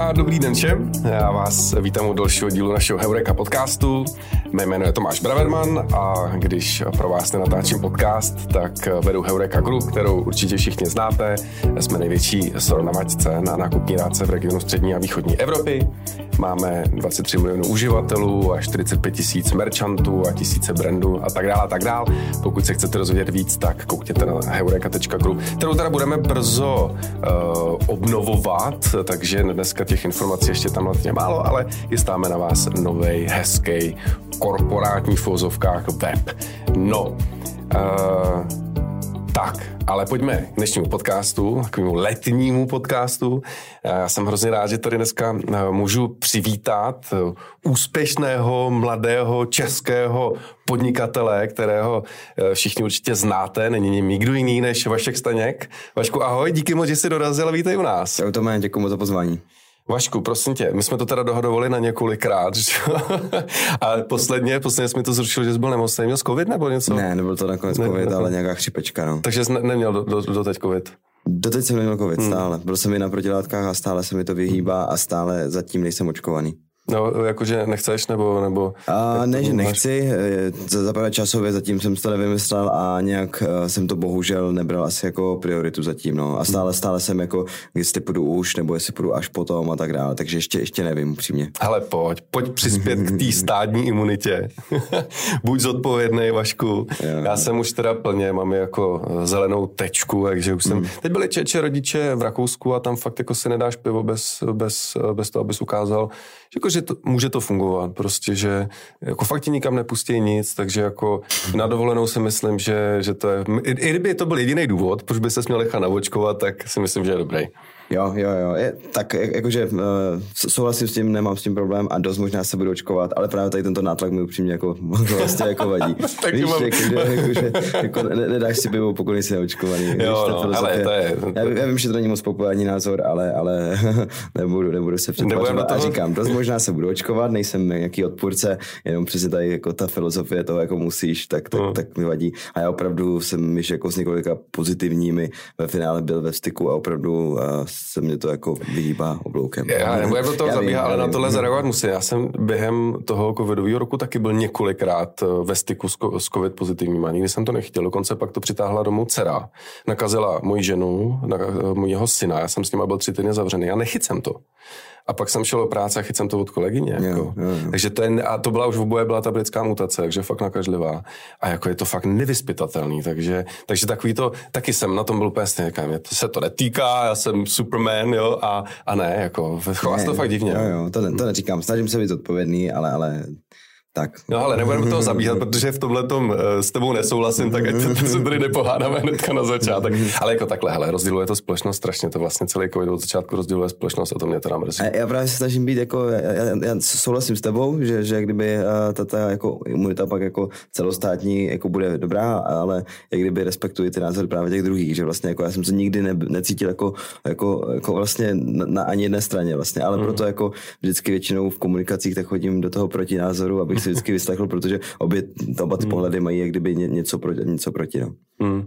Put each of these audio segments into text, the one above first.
a dobrý den všem. Já vás vítám u dalšího dílu našeho Heureka podcastu. Mé jméno je Tomáš Braverman a když pro vás nenatáčím podcast, tak vedu Heureka Group, kterou určitě všichni znáte. Jsme největší srovnavačce na nákupní rádce v regionu střední a východní Evropy. Máme 23 milionů uživatelů a 45 000 merchantů a tisíce brandů a tak dále a tak dále. Pokud se chcete dozvědět víc, tak koukněte na heureka.group, kterou teda budeme brzo obnovovat, takže dneska těch informací ještě tam vlastně málo, ale chystáme na vás novej, hezký, korporátní v uvozovkách web. No, tak, ale pojďme k dnešnímu podcastu, takovému letnímu podcastu. Já jsem hrozně rád, že tady dneska můžu přivítat úspěšného, mladého, českého podnikatele, kterého všichni určitě znáte, není ním nikdo jiný než Vašek Staněk. Vašku, ahoj, díky moc, že jsi dorazil a vítej u nás. Čau Tome, děkuji moc za pozvání. Vašku, prosím tě, my jsme to teda dohodovali na několikrát, ale posledně jsi mi to zrušil, že jsi byl nemocný, měl jsi covid nebo něco? Ne, nebyl to nakonec covid, ale nějaká chřipečka, no. Takže jsi neměl doteď covid? Doteď jsem neměl covid, stále. Byl jsem i na protilátkách a stále se mi to vyhýbá a stále zatím nejsem očkovaný. No, jakože nechceš, nebo... Ne, že nechci, za prvé časově zatím jsem to nevymyslel a nějak jsem to bohužel nebral asi jako prioritu zatím, no. A stále jsem jako, jestli půjdu už, nebo jestli půjdu až potom a tak dále, takže ještě nevím upřímně. Hele, pojď přispět k té stádní imunitě. Buď zodpovědnej, Vašku. Jo. Já jsem už teda plně, mám jako zelenou tečku, takže už jsem... Teď byli rodiče v Rakousku a tam fakt jako si nedáš pivo bez toho, abys ukázal, že může to fungovat, prostě, že jako fakt ti nikam nepustí nic, takže jako na dovolenou si myslím, že to je, i kdyby to byl jediný důvod, proč by se měl nechat navočkovat, tak si myslím, že je dobrý. Jo, tak jakože souhlasím s tím, nemám s tím problém a dost možná se budu očkovat, ale právě tady tento nátlak mi upřímně jako vlastně jako vadí. Víš, jakože nedáš si pivo, pokud nejsi neočkovaný. Jo, no, ale to je... Já vím, že to není moc populární názor, ale nebudu se předplačovat a říkám, dost možná se budu očkovat, nejsem nějaký odpůrce, jenom přesně tady jako ta filozofie toho, jako musíš, tak mi vadí. A já opravdu jsem již jako s několika pozitivními ve finále byl ve styku a opravdu se mě to jako vyhýbá obloukem. Já nebudem do toho zabíhat, ale na tohle zareagovat musím. Já jsem během toho covidového roku taky byl několikrát ve styku s covid pozitivníma. Nikdy jsem to nechtěl, dokonce pak to přitáhla domů dcera. Nakazila moji ženu, mojeho syna, já jsem s nima byl 3 týdny zavřený a nechyt jsem to. A pak jsem šel o práci a chyt jsem to od kolegyně. Jako. Jo. Takže to byla už oboje byla ta britská mutace, takže fakt nakažlivá. A jako je to fakt nevyzpytatelný. Takže takový to, taky jsem na tom byl úplně stejně, mě se to netýká, já jsem Superman, jo, a ne, jako, chová se to fakt divně. Jo, to neříkám, snažím se být odpovědný, ale tak. No ale nebudeme toho zabíhat, protože v tomhletom s tebou nesouhlasím, tak ať se tady nepohádáme hnedka na začátek. Ale jako takhle, hele, rozděluje to společnost strašně, to vlastně celý covid od začátku rozděluje společnost a to mě teda mrzí. Já právě se snažím být jako, já souhlasím s tebou, že kdyby ta jako imunita pak jako celostátní jako bude dobrá, ale jak kdyby respektuji ty názory právě těch druhých, že vlastně jako já jsem se nikdy necítil jako vlastně na ani jedné straně vlastně, ale proto jako vždycky většinou v komunikacích tak chodím do toho protinázoru, abych si vždycky vyslechl, protože oba ty pohledy mají jak kdyby něco proti, no.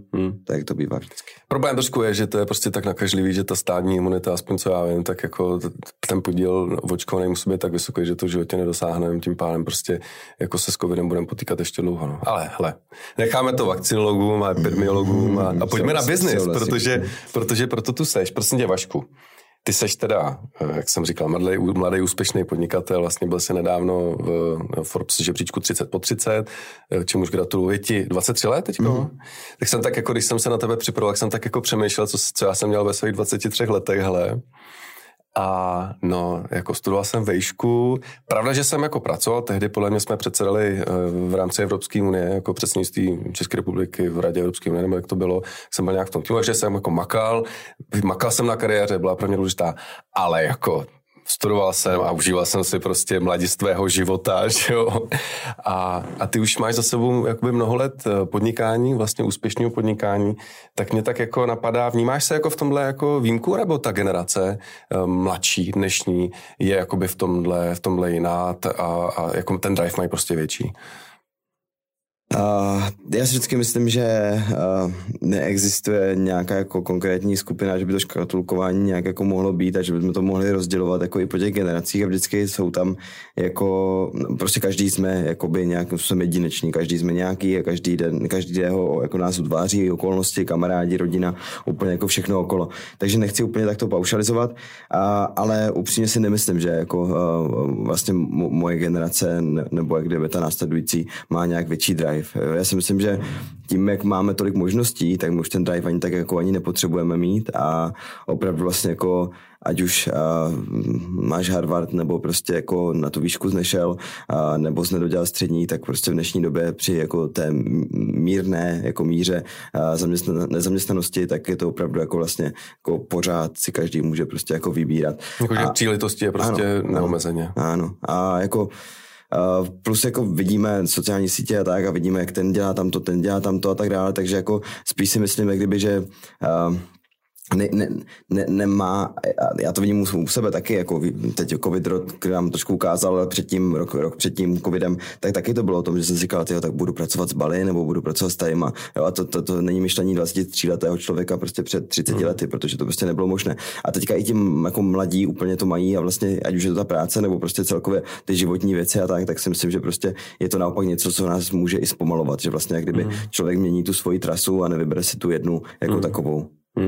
Tak to bývá vždycky. Problém trošku je, že to je prostě tak nakažlivý, že ta stádní imunita, aspoň co já vím, tak jako ten podíl očkovaný musí být tak vysoký, že to v životě nedosáhneme, tím pádem prostě jako se s covidem budeme potýkat ještě dlouho. No. Ale hele, necháme to vakcinologům a epidemiologům a pojďme na biznis, protože proto tu seš. Prosím tě, Vašku. Ty seš teda, jak jsem říkal, mladý úspěšný podnikatel, vlastně byl jsi nedávno v Forbes žebříčku 30/30, čemuž gratuluju. Je ti 23 let teďko? Tak jsem tak jako, když jsem se na tebe připravoval, tak jsem tak jako přemýšlel, co já jsem měl ve svých 23 letech, hele. A no, jako studoval jsem vejšku. Pravda, že jsem jako pracoval, tehdy podle mě jsme předsedali v rámci Evropské unie, jako předsednictví České republiky v Radě Evropské unie, nebo jak to bylo, jsem byl nějak v tom týmu, takže jsem jako makal jsem na kariéře, byla pro mě důležitá, ale jako studoval jsem a užíval jsem si prostě mladistvého života, že jo. A ty už máš za sebou jakoby mnoho let podnikání, vlastně úspěšného podnikání, tak mě tak jako napadá, vnímáš se jako v tomhle jako výjimku, nebo ta generace mladší, dnešní je jakoby v tomhle jiná a jako ten drive mají prostě větší? Já si vždycky myslím, že neexistuje nějaká jako konkrétní skupina, že by to škatulkování nějak jako mohlo být a že bychom to mohli rozdělovat jako i po těch generacích a vždycky jsou tam jako, prostě každý jsme jakoby nějakým způsobem jedineční, každý jsme nějaký a každý jeho jako nás utváří, okolnosti, kamarádi, rodina, úplně jako všechno okolo. Takže nechci úplně takto paušalizovat, ale upřímně si nemyslím, že jako vlastně moje generace nebo jak kdyby ta následující má nějak větší drive. Já si myslím, že tím, jak máme tolik možností, tak my už ten drive ani tak jako ani nepotřebujeme mít a opravdu vlastně jako ať už máš Harvard nebo prostě jako na tu výšku znešel nebo jsi nedodělal střední, tak prostě v dnešní době při jako té mírné jako míře nezaměstnanosti, tak je to opravdu jako vlastně jako pořád si každý může prostě jako vybírat. Jakože příležitosti je prostě neomezeně. Ano. A jako plus jako vidíme sociální sítě a tak a vidíme, jak ten dělá tamto a tak dále, takže jako spíš si myslím, jak kdyby, že nemá, já to vidím u sebe taky, jako teď covid rok, který nám trošku ukázal, ale předtím, rok před tím covidem, tak taky to bylo o tom, že jsem si říkal, tak budu pracovat s Bali nebo budu pracovat s tajma. Jo, a to není myšlení 23letého člověka prostě před 30 lety, protože to prostě nebylo možné. A teďka i tím jako mladí úplně to mají a vlastně ať už je to ta práce nebo prostě celkově ty životní věci a tak si myslím, že prostě je to naopak něco, co nás může i zpomalovat, že vlastně jak kdyby člověk mění tu svoji trasu a nevybere si tu jednu jako takovou.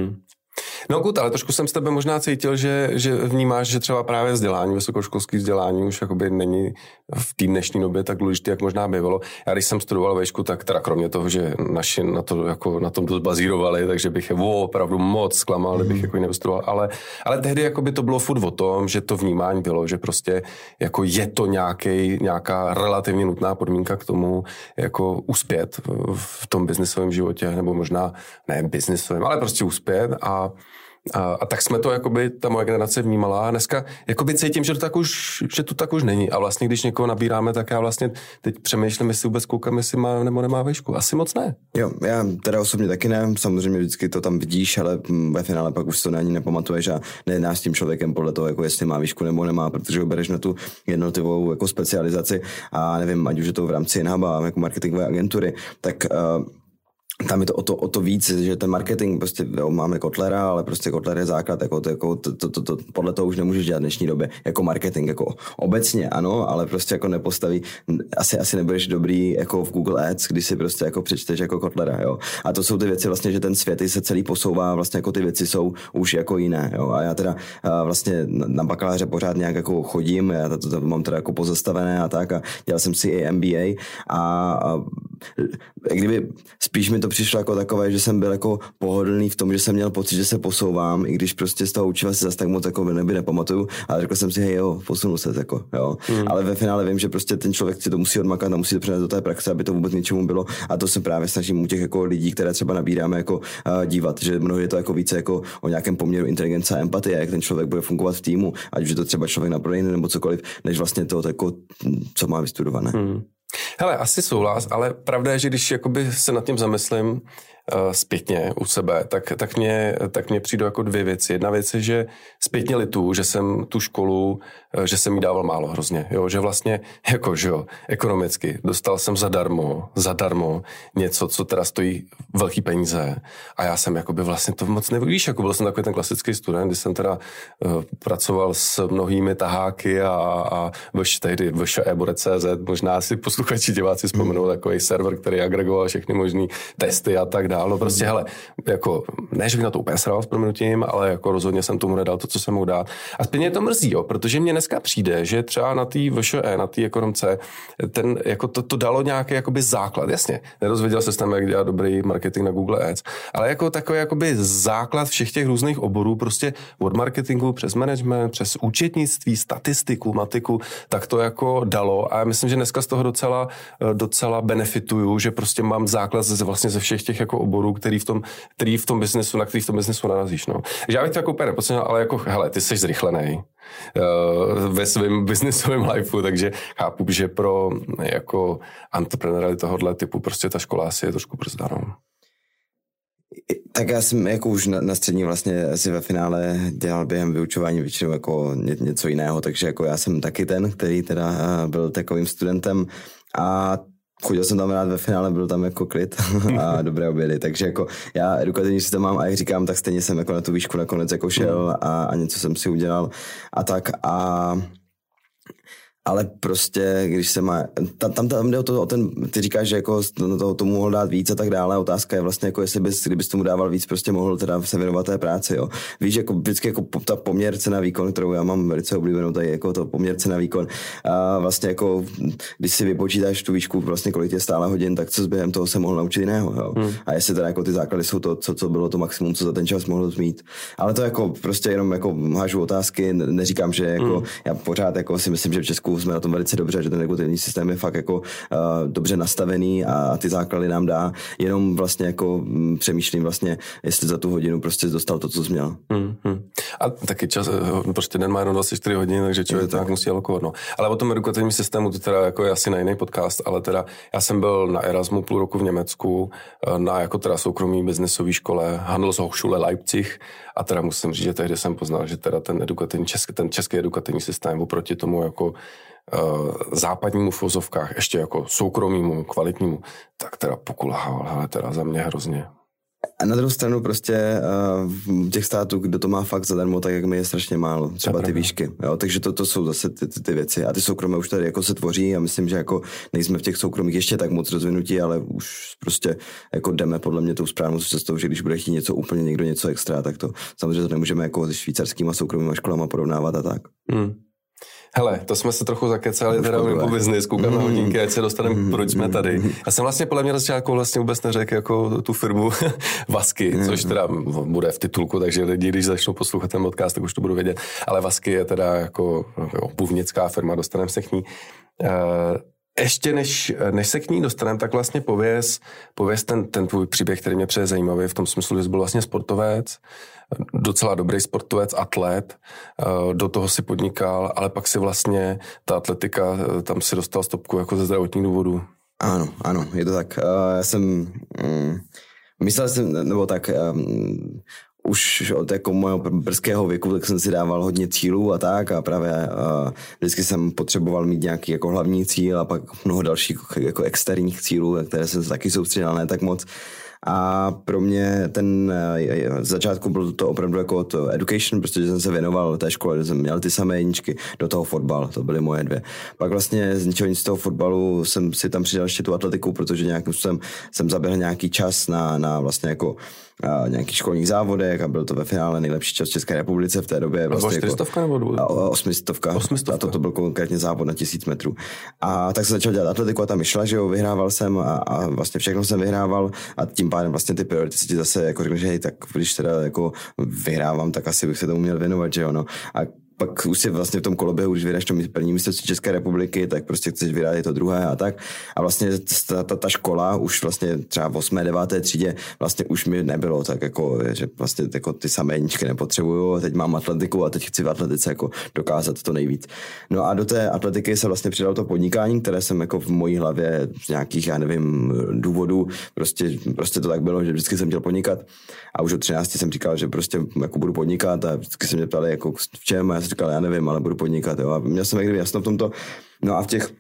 No gut, ale trošku jsem s tebe možná cítil, že vnímáš, že třeba právě vzdělání, vysokoškolské vzdělání už jakoby není v té dnešní době tak důležité, jak možná bývalo. Já když jsem studoval vejšku, tak teda kromě toho, že naši na to jako na tom dost bazírovali, takže bych je opravdu moc zklamal, kdybych jako nevystudoval, ale tehdy jakoby to bylo furt o tom, že to vnímání bylo, že prostě jako je to nějaká relativně nutná podmínka k tomu jako uspět v tom biznisovém životě, nebo možná ne biznisovém, ale prostě uspět a tak jsme to, jakoby, ta moje generace vnímala a dneska jakoby cítím, že to tak už není. A vlastně, když někoho nabíráme, tak já vlastně teď přemýšlím, jestli vůbec koukám, jestli má nebo nemá vejšku. Asi moc ne. Jo, já teda osobně taky ne. Samozřejmě vždycky to tam vidíš, ale ve finále pak už to ani nepamatuješ a nejednáš s tím člověkem podle toho, jako jestli má výšku nebo nemá, protože ho bereš na tu jednotlivou jako specializaci a nevím, ať už je to v rámci Inhuba, jako marketingové agentury, tak tam je to o to víc, že ten marketing, prostě jo, máme Kotlera, ale prostě Kotler je základ, podle toho už nemůžeš dělat v dnešní době, jako marketing, jako obecně ano, ale prostě jako nepostaví, asi nebudeš dobrý jako v Google Ads, když si prostě jako přečteš jako Kotlera, jo. A to jsou ty věci vlastně, že ten svět se celý posouvá, vlastně jako ty věci jsou už jako jiné, jo. A já teda vlastně na bakaláře pořád nějak jako chodím, já to mám teda jako pozastavené a tak a dělal jsem si i MBA a kdyby spíš mi to přišlo jako takové, že jsem byl jako pohodlný v tom, že jsem měl pocit, že se posouvám, i když prostě z toho učiva si zase tak moc jako nepamatuju, ale řekl jsem si, hej jo, posunu se, jako, jo. Ale ve finále vím, že prostě ten člověk si to musí odmakat a musí to přenést do té praxe, aby to vůbec něčemu bylo a to se právě snažím u těch jako lidí, které třeba nabíráme jako dívat, že mnohdy je to jako více jako o nějakém poměru inteligence a empatie, jak ten člověk bude fungovat v týmu, ať už je to třeba člověk na prodejny nebo cokoliv, než vlastně to jako, co má vystudované. Hele, asi souhlas, ale pravda je, že když jakoby se nad tím zamyslím zpětně u sebe, tak mě přijdou jako dvě věci. Jedna věc je, že zpětně lituju, že jsem tu školu, že jsem jí dával málo hrozně, jo, že vlastně, jako, že jo, ekonomicky dostal jsem zadarmo něco, co teda stojí velký peníze a já jsem jakoby vlastně to moc nevíš, jako byl jsem takový ten klasický student, kdy jsem teda pracoval s mnohými taháky a tehdy vše.e.cz, možná si posluchači diváci vzpomenou takový server, který agregoval všechny možný testy a tak dále. No prostě, hele, jako, ne, že bych na to úplně sral s prominutím, ale jako rozhodně jsem tomu nedal to, co jsem mohl dát. A stejně to mrzí, jo, protože mě dneska přijde, že třeba na té VŠE, na té ekonomce, ten, jako to dalo nějaký jakoby základ, jasně. Nerozvěděl se tam, jak dělat dobrý marketing na Google Ads, ale jako takový jakoby základ všech těch různých oborů, prostě od marketingu přes management, přes účetnictví, statistiku, matiku, tak to jako dalo a já myslím, že dneska z toho docela benefituju, že prostě mám základ vlastně ze všech těch jako oborů, na který v tom biznesu narazíš, no. Já bych to jako úplně nepodceňoval, ale jako, hele, ty jsi zrychlenej ve svém biznesovém lifeu, takže chápu, že pro jako entrepreneurly tohohle typu prostě ta škola asi je trošku brzda, no. Tak já jsem jako už na střední vlastně si ve finále dělal během vyučování většinou jako něco jiného, takže jako já jsem taky ten, který teda byl takovým studentem a chodil jsem tam rád ve finále, byl tam jako klid a dobré obědy, takže jako já edukativní systém mám a jak říkám, tak stejně jsem jako na tu výšku nakonec jako šel a něco jsem si udělal a tak ale prostě, když se má, tam jde o ten, ty říkáš, že jako tomu mohl dát víc a tak dále, otázka je vlastně jako, jestli kdybys tomu dával víc, prostě mohl teda se věnovat té práci, jo. Víš, jako vždycky jako ta poměr cena výkon, kterou já mám velice oblíbenou tady, jako to poměr cena výkon a vlastně jako, když si vypočítáš tu výšku, vlastně kolik je stále hodin, tak co s během toho se mohl naučit jiného, jo. A jestli teda jako ty základy jsou to, co bylo to maximum, co za ten čas mohl mít. Ale to jako prostě jenom jako hážu otázky, neříkám, že jako já pořád jako si myslím, že v Česku jsme na tom velice dobře, že ten edukativní systém je fakt jako dobře nastavený a ty základy nám dá, jenom vlastně jako přemýšlím vlastně, jestli za tu hodinu prostě dostal to, co jsi měl. A taky čas, prostě den má jenom 24 hodin, takže člověk tak musí alokovat. No. Ale o tom edukativním systému to teda jako je asi na jiný podcast, ale teda já jsem byl na Erasmu půl roku v Německu, na jako teda soukromý biznesové škole Handelshochschule Leipzig a teda musím říct, že tehdy jsem poznal, že teda ten český edukativní systém oproti tomu jako západnímu v uvozovkách, ještě jako soukromýmu, kvalitnímu, tak teda pokulhával, ale teda za mě hrozně. A na druhou stranu prostě těch států, kdo to má fakt zadarmo, tak jak mi je strašně málo, třeba ty výšky. Jo? Takže to jsou zase ty věci. A ty soukromé už tady jako se tvoří a myslím, že jako nejsme v těch soukromých ještě tak moc rozvinutí, ale už prostě jako jdeme podle mě tou správnou cestou, že když bude chtít něco úplně někdo něco extra, tak to samozřejmě to nemůžeme jako se švýcarskýma soukromýma školama porovnávat a tak. Hele, to jsme se trochu zakecali teda po biznis, koukám na hodinky, ať se dostaneme, proč jsme tady. Já jsem vlastně podle mě na začátku vlastně vůbec neřekl jako tu firmu Vasky, což teda bude v titulku, takže lidi, když začnou poslouchat ten podcast, tak už to budu vědět. Ale Vasky je teda jako obuvnická firma, dostaneme se k ní. Ještě než se k ní dostaneme, tak vlastně pověz ten tvůj příběh, který mě přijde zajímavý v tom smyslu, že jsi byl vlastně sportovec, docela dobrý sportovec, atlet, do toho si podnikal, ale pak si vlastně ta atletika, tam si dostal stopku jako ze zdravotních důvodů. Ano, je to tak. Já jsem myslel jsem, nebo tak už od jako mého brzkého věku, tak jsem si dával hodně cílů a tak a právě vždycky jsem potřeboval mít nějaký jako hlavní cíl a pak mnoho dalších jako externích cílů, které jsem taky soustředil, ne tak moc. A pro mě ten z začátku bylo to opravdu jako to education, protože jsem se věnoval té škole, že jsem měl ty samé jedničky, do toho fotbal, to byly moje dvě. Pak vlastně z ničeho nic z toho fotbalu jsem si tam přidal ještě tu atletiku, protože nějakým způsobem jsem zaběhl nějaký čas na vlastně jako nějakých školních závodech a byl to ve finále nejlepší čas v České republice v té době. Vlastně jako 400 nebo 800. A to byl konkrétně závod na 1000 metrů. A tak jsem začal dělat atletiku a tam myšla, že jo, vyhrával jsem a vlastně všechno jsem vyhrával a tím pádem vlastně ty priority si ti zase jako řekl, že hej, tak když teda jako vyhrávám, tak asi bych se tomu měl věnovat, že jo, no. A pak už si vlastně v tom koloběhu, když vyhráš to první mistrovství České republiky, tak prostě chceš vyhrát to druhé a tak. A vlastně ta škola už vlastně třeba v 8. 9. třídě vlastně už mi nebylo tak jako, že vlastně jako ty samé jedničky nepotřebuju a teď mám atletiku a teď chci v atletice jako dokázat to nejvíc. No a do té atletiky se vlastně přidalo to podnikání, které jsem jako v mojí hlavě z nějakých, já nevím, důvodů, prostě to tak bylo, že vždycky jsem chtěl podnikat a už od 13 jsem říkal, že prostě jako budu podnikat a vždycky se mě ptali jako v čem a já jsem říkal, já nevím, ale budu podnikat, jo. A měl jsem někdy jasno v tomto. No a v těch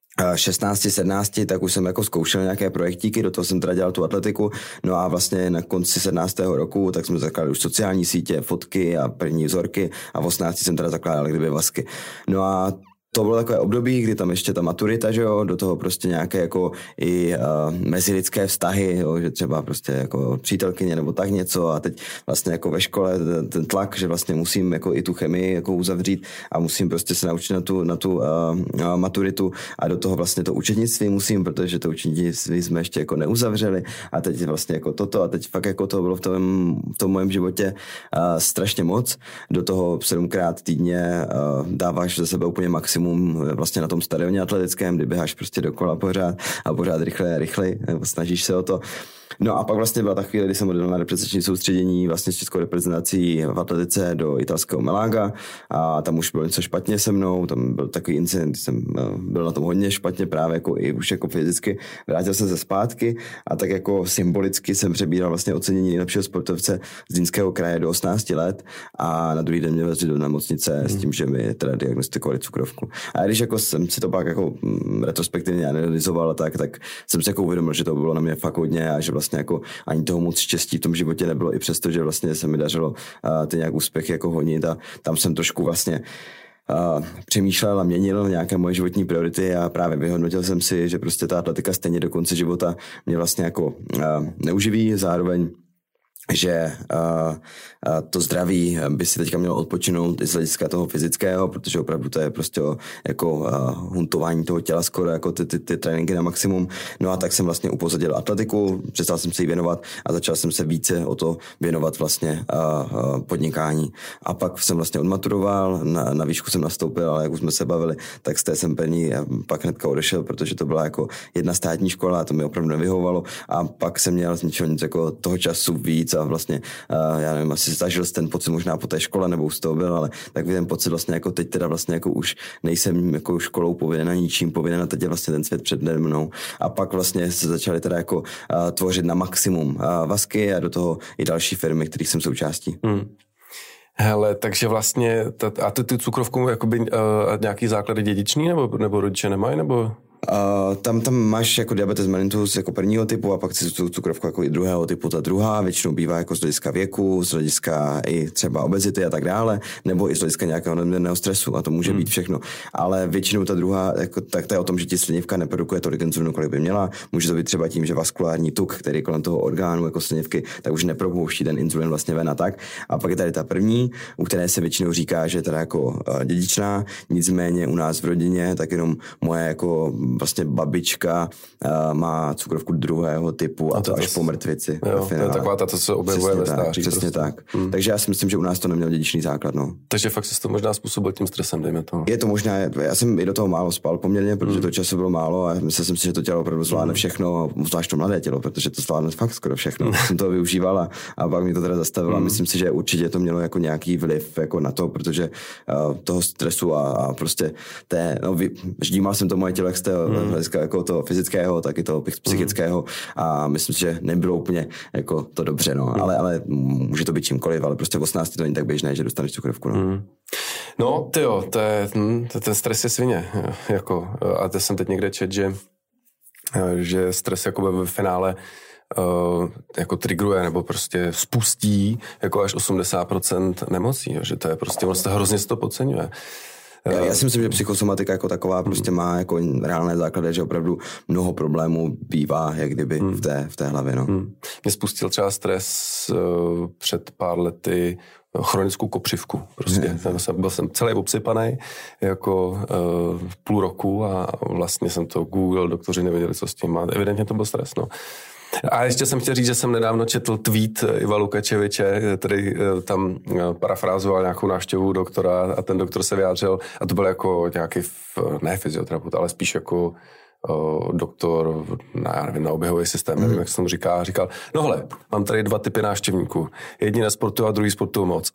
16, 17, tak už jsem jako zkoušel nějaké projektíky, do toho jsem teda dělal tu atletiku, no a vlastně na konci 17. roku, tak jsme zakládali už sociální sítě, fotky a první vzorky a v 18 jsem teda zakládal kdyby Vasky. No a to bylo takové období, kdy tam ještě ta maturita, že jo, do toho prostě nějaké jako i mezilidské vztahy, jo, že třeba prostě jako přítelkyně nebo tak něco a teď vlastně jako ve škole ten tlak, že vlastně musím jako i tu chemii jako uzavřít a musím prostě se naučit na tu maturitu a do toho vlastně to účetnictví musím, protože to účetnictví jsme ještě jako neuzavřeli a teď vlastně jako toto a teď fakt jako to bylo v tom mém životě strašně moc. Do toho 7krát týdně dáváš ze sebe úplně maximum vlastně na tom stadioně atletickém, kdy běháš prostě dokola pořád a pořád rychleji, nebo snažíš se o to. No a pak vlastně byla ta chvíle, kdy jsem odjel na reprezentační soustředění vlastně s českou reprezentací v atletice do italského Malaga a tam už bylo něco špatně se mnou, tam byl takový incident, jsem byl na tom hodně špatně právě jako i už jako fyzicky, vrátil jsem se zpátky a tak jako symbolicky jsem přebíral vlastně ocenění nejlepšího sportovce z Zlínského kraje do 18 let a na druhý den mě vezli do nemocnice s tím, že mi teda diagnostikovali cukrovku. A když jako jsem si to pak jako retrospektivně analyzoval tak jsem si jako uvědomil, že to bylo na mě fakt hodně a že vlastně jako ani toho moc štěstí v tom životě nebylo, i přesto, že vlastně se mi dařilo ty nějak úspěchy jako honit a tam jsem trošku vlastně přemýšlel a měnil nějaké moje životní priority a právě vyhodnotil jsem si, že prostě ta atletika stejně do konce života mě vlastně jako neuživí, zároveň že to zdraví by si teďka mělo odpočinout i z hlediska toho fyzického, protože opravdu to je prostě jako huntování toho těla skoro jako ty tréninky na maximum. No a tak jsem vlastně upozadil atletiku, přestal jsem se jí věnovat a začal jsem se více o to věnovat vlastně podnikání. A pak jsem vlastně odmaturoval, na výšku jsem nastoupil, ale jak už jsme se bavili, tak z té jsem první pak hnedka odešel, protože to byla jako jedna státní škola a to mi opravdu nevyhovovalo. A pak jsem měl z ničeho nic jako toho času víc a vlastně, já nevím, asi zažil jsi ten pocit možná po té škole, nebo už z toho byl, ale takový ten pocit vlastně jako teď teda vlastně jako už nejsem jako školou povinna ničím povinna, teď je vlastně ten svět před mnou. A pak vlastně se začaly teda jako tvořit na maximum vazky a do toho i další firmy, kterých jsem součástí. Hele, takže vlastně, a ty cukrovku jakoby nějaký základy dědičný, nebo rodiče nemají, nebo... Tam máš jako diabetes mellitus jako prvního typu a pak si cukrovku jako i druhého typu. Ta druhá většinou bývá jako z hlediska věku, z hlediska i třeba obezity a tak dále, nebo i z hlediska nějakého nadměrného stresu a to může být všechno. Ale většinou ta druhá, jako, tak to je o tom, že ti slinivka neprodukuje tolik inzulinu, kolik by měla. Může to být třeba tím, že vaskulární tuk, který je kolem toho orgánu jako slinivky, tak už nepropouští ten inzulin vlastně ven a tak. A pak je tady ta první, u které se většinou říká, že je teda jako dědičná, nicméně u nás v rodině, tak jenom moje jako vlastně babička má cukrovku druhého typu a to až po mrtvici. Jo, to je taková ta, co se objevuje ve stáří. Přesně prostě. Tak. Takže já si myslím, že u nás to neměl dědičný základ. No. Takže fakt se to možná způsobil tím stresem, dejme tomu. Je to možná, já jsem i do toho málo spal poměrně, protože to času bylo málo a myslel jsem si, že to tělo opravdu zvládne všechno, zvlášť to mladé tělo, protože to zvládne fakt skoro všechno. Jsem to využíval a pak mi to teda zastavilo a myslím si, že určitě to mělo jako nějaký vliv jako na to, protože toho stresu a prostě ždímal jsem to moje tělo z toho hlediska jako toho fyzického, tak i toho psychického a myslím si, že nebylo úplně jako to dobře, no. Ale může to být čímkoliv, ale prostě v 18 to není tak běžné, že dostaneš cukrovku, no. No, tyjo, ten stres je svině, jako, a to jsem teď někde čet, že stres jako ve finále jako triggeruje nebo prostě spustí jako až 80% nemocí, že to je prostě, vlastně hrozně se to podceňuje. Já si myslím, že psychosomatika jako taková prostě má jako reálné základy, že opravdu mnoho problémů bývá jak kdyby v té hlavě. No. Mě spustil třeba stres před pár lety chronickou kopřivku. Prostě. Byl jsem celý obsypaný jako půl roku a vlastně jsem to googlil, doktoři nevěděli, co s tím má. Evidentně to byl stres, no. A ještě jsem chtěl říct, že jsem nedávno četl tweet Iva Lukačeviče, který tam parafrázoval nějakou návštěvu doktora a ten doktor se vyjádřil, a to byl jako nějaký, ne fyzioterapeut, ale spíš jako doktor, já nevím, na oběhový systém, nevím, jak se tomu říká, říkal, no hele, mám tady 2 typy návštěvníků. Jedni nesportují a druhý sportují moc.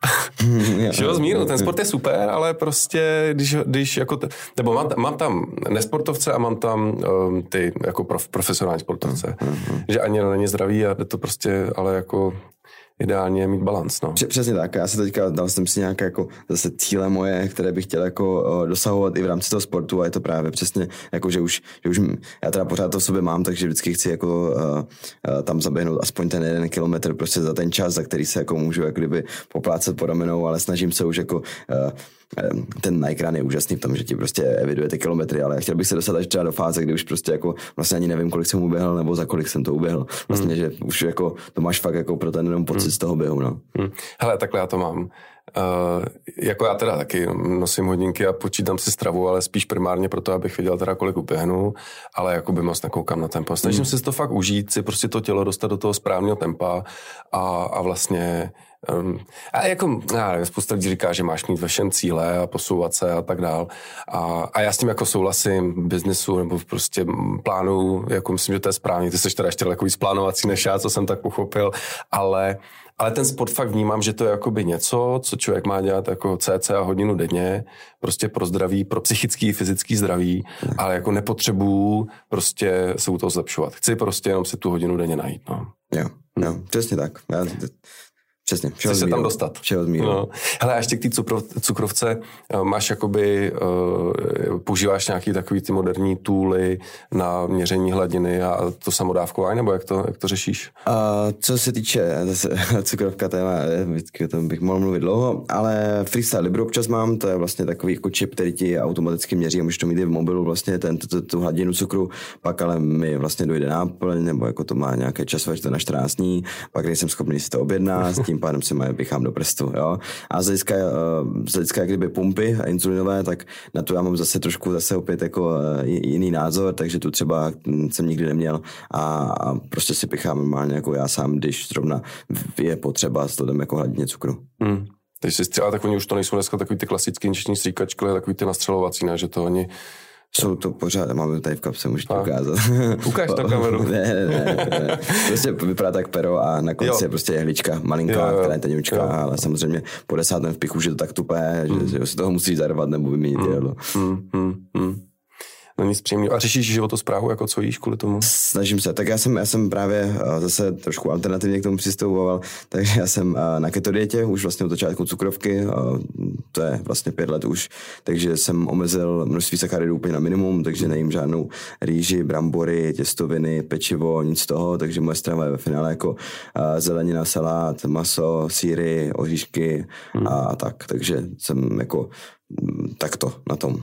Ten sport je super, ale prostě, když jako, nebo mám tam nesportovce a mám tam ty jako profesionální sportovce. Že ani není zdravý a to prostě, ale jako ideálně mít balans, no. Přesně tak. Já se teďka dal jsem si nějaké jako zase cíle moje, které bych chtěl jako dosahovat i v rámci toho sportu a je to právě přesně jako, že už já teda pořád to v sobě mám, takže vždycky chci jako tam zaběhnout aspoň ten 1 kilometr prostě za ten čas, za který se jako můžu jako kdyby poplácat po ramenou, ale snažím se už jako ten Nike je úžasný v tom, že ti prostě eviduje ty kilometry, ale chtěl bych se dostat až třeba do fáze, kdy už prostě jako vlastně ani nevím, kolik jsem uběhl nebo za kolik jsem to uběhl. Vlastně, že už jako to máš fakt jako pro ten jenom pocit z toho běhu, no. Hele, takhle já to mám. Jako já teda taky nosím hodinky a počítám si stravu, ale spíš primárně proto, abych viděl teda, kolik uběhnu, ale jako by moc nekoukám na tempo. Snažím si to fakt užít, si prostě to tělo dostat do toho správného tempa a vlastně A jako, spousta lidí říká, že máš mít vašem cíle a posouvat se a tak dál. A já s tím jako souhlasím, biznesu nebo prostě plánu, jako myslím, že to je správně. Ty jsi teda ještě takový splánovací než já, co jsem tak pochopil, ale ten sport fakt vnímám, že to je jakoby něco, co člověk má dělat jako cca hodinu denně, prostě pro zdraví, pro psychický, fyzický zdraví, ale jako nepotřebuju prostě se u toho zlepšovat. Chci prostě jenom si tu hodinu denně najít, no. Jo, přesně tak. Přesně. Chci se tam dostat. No. Hele, a ještě k té cukrovce máš jakoby, používáš nějaký takový ty moderní tooly na měření hladiny a to samodávkování, nebo jak to řešíš? Co se týče cukrovka téma, o tom bych mohl mluvit dlouho, ale Freestyle Libre občas mám, to je vlastně takový jako čip, který ti automaticky měří a můžeš to mít i v mobilu vlastně tu hladinu cukru, pak ale mi vlastně dojde náplň, nebo jako to má nějaké časové, to na 14 dní, pak nejsem schopný si to objednat, tím pádem se pěchám do prstu, jo. A z hlediska jak kdyby pumpy a insulinové, tak na to já mám zase opět jako jiný názor, takže tu třeba jsem nikdy neměl a prostě si pěchám normálně jako já sám, když zrovna je potřeba s tím jako hladině cukru. Takže si třeba tak oni už to nejsou dneska takový ty klasický injekční stříkačky, ale takový ty nastřelovací, ne, že to oni... Jsou to pořád, máme tady v kapse, můžu to ukázat. Ukáž to kameru. Ne. Prostě vypadá tak pero a na konci je prostě jehlička malinká, která je tenučká, ale samozřejmě po 10. vpichu už je to tak tupé, že si toho musíš zarvat nebo vyměnit jedlo. No nic příjemného. A řešíš životosprávu, jako co jíš kvůli tomu? Snažím se. Tak já jsem právě zase trošku alternativně k tomu přistupoval, takže já jsem na keto dietě už vlastně od začátku cukrovky, to je vlastně 5 let už, takže jsem omezil množství sacharidů úplně na minimum, takže nejím žádnou rýži, brambory, těstoviny, pečivo, nic z toho, takže moje strava je ve finále jako zelenina, salát, maso, sýry, oříšky a tak, takže jsem jako takto na tom.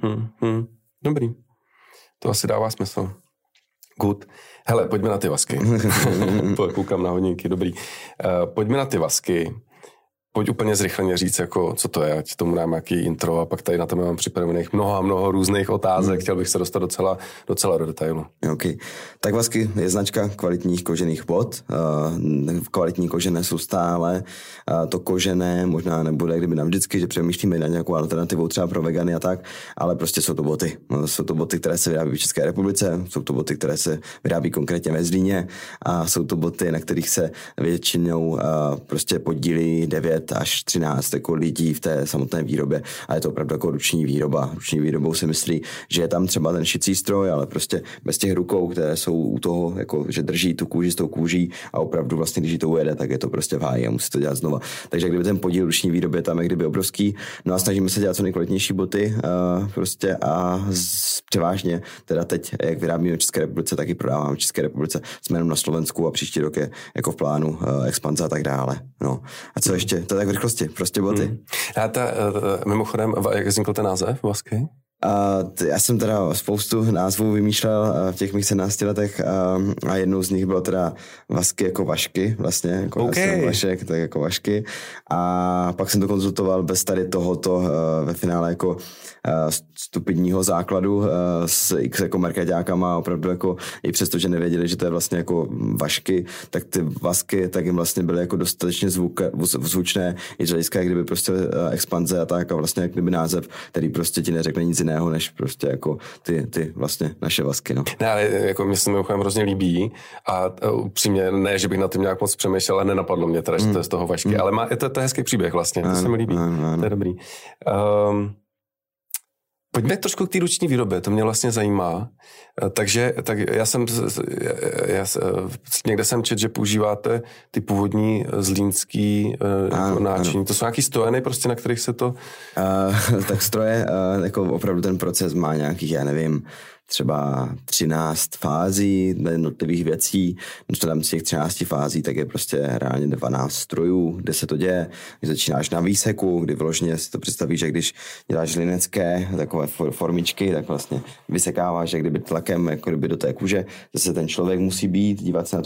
Dobrý. To asi dává smysl. Good. Hele, pojďme na ty vasky. Koukám na hodinky, dobrý. Pojďme na ty vasky. Pojď úplně zrychleně říct, jako, co to je, ať tomu dám nějaký intro a pak tady na tebe mám připravených mnoho různých otázek. Chtěl bych se dostat docela do detailu. Okay. Tak vasky je značka kvalitních kožených bot. Kvalitní kožené jsou stále. To kožené možná nebude kdyby navždycky, že přemýšlíme na nějakou alternativu třeba pro vegany a tak, ale prostě jsou to boty. Jsou to boty, které se vyrábí v České republice, jsou to boty, které se vyrábí konkrétně ve Zlíně a jsou to boty, na kterých se většinou prostě podílí 9 až 13 jako lidí v té samotné výrobě a je to opravdu jako ruční výroba. Ruční výrobou se myslí, že je tam třeba ten šicí stroj, ale prostě bez těch rukou, které jsou u toho, jako, že drží tu kůži s tou kůží a opravdu vlastně, když to ujede, tak je to prostě v háji a musí to dělat znova. Takže kdyby ten podíl ruční výroby tam je kdyby obrovský, no a snažíme se dělat co nejkvalitnější boty prostě a převážně teda teď, jak vyrábíme v České republice, tak i prodáváme v České republice, jsme jenom na Slovensku a příští rok je jako v plánu expanze a tak dále. No. A co ještě? To tak v rychlosti, prostě boty. A mimochodem, jak vznikl ten název Vasky? Já jsem teda spoustu názvů vymýšlel v těch mých 17 letech a jednou z nich bylo teda Vasky jako Vašky, vlastně, jako Vašek, tak jako Vašky. A pak jsem to konzultoval bez tady tohoto ve finále jako stupidního základu s X jako marketákama, opravdu jako i přesto, že nevěděli, že to je vlastně jako Vašky, tak ty Vasky tak jim vlastně byly jako dostatečně zvučné i z hlediska, jak kdyby prostě expanze a tak a vlastně jak kdyby název, který prostě ti neřekne nic jiného, než prostě jako ty vlastně naše Vasky, no. Ne, ale jako mě se mimochodem hrozně líbí a upřímně ne, že bych na tím nějak moc přemýšlel, ale nenapadlo mě teda, že to je z toho Vašky, ale to je hezký příběh vlastně, to se mi líbí, to je dobrý. Pojďme trošku k té ruční výrobě, to mě vlastně zajímá. Tak já někde jsem četl, že používáte ty původní zlínský náčiní. Ano. To jsou nějaký stojeny, prostě, na kterých se to... Tak stroje, jako opravdu ten proces má nějakých, já nevím, třeba 13 fází jednotlivých věcí. Když to dám z těch 13 fází, tak je prostě reálně 12 strojů, kde se to děje. Když začínáš na výseku, kdy vložně si to představíš, že když děláš linecké takové formičky, tak vlastně vysekáváš, jak kdyby tlakem, jako kdyby do té kůže. Zase ten člověk musí být, dívat se na tu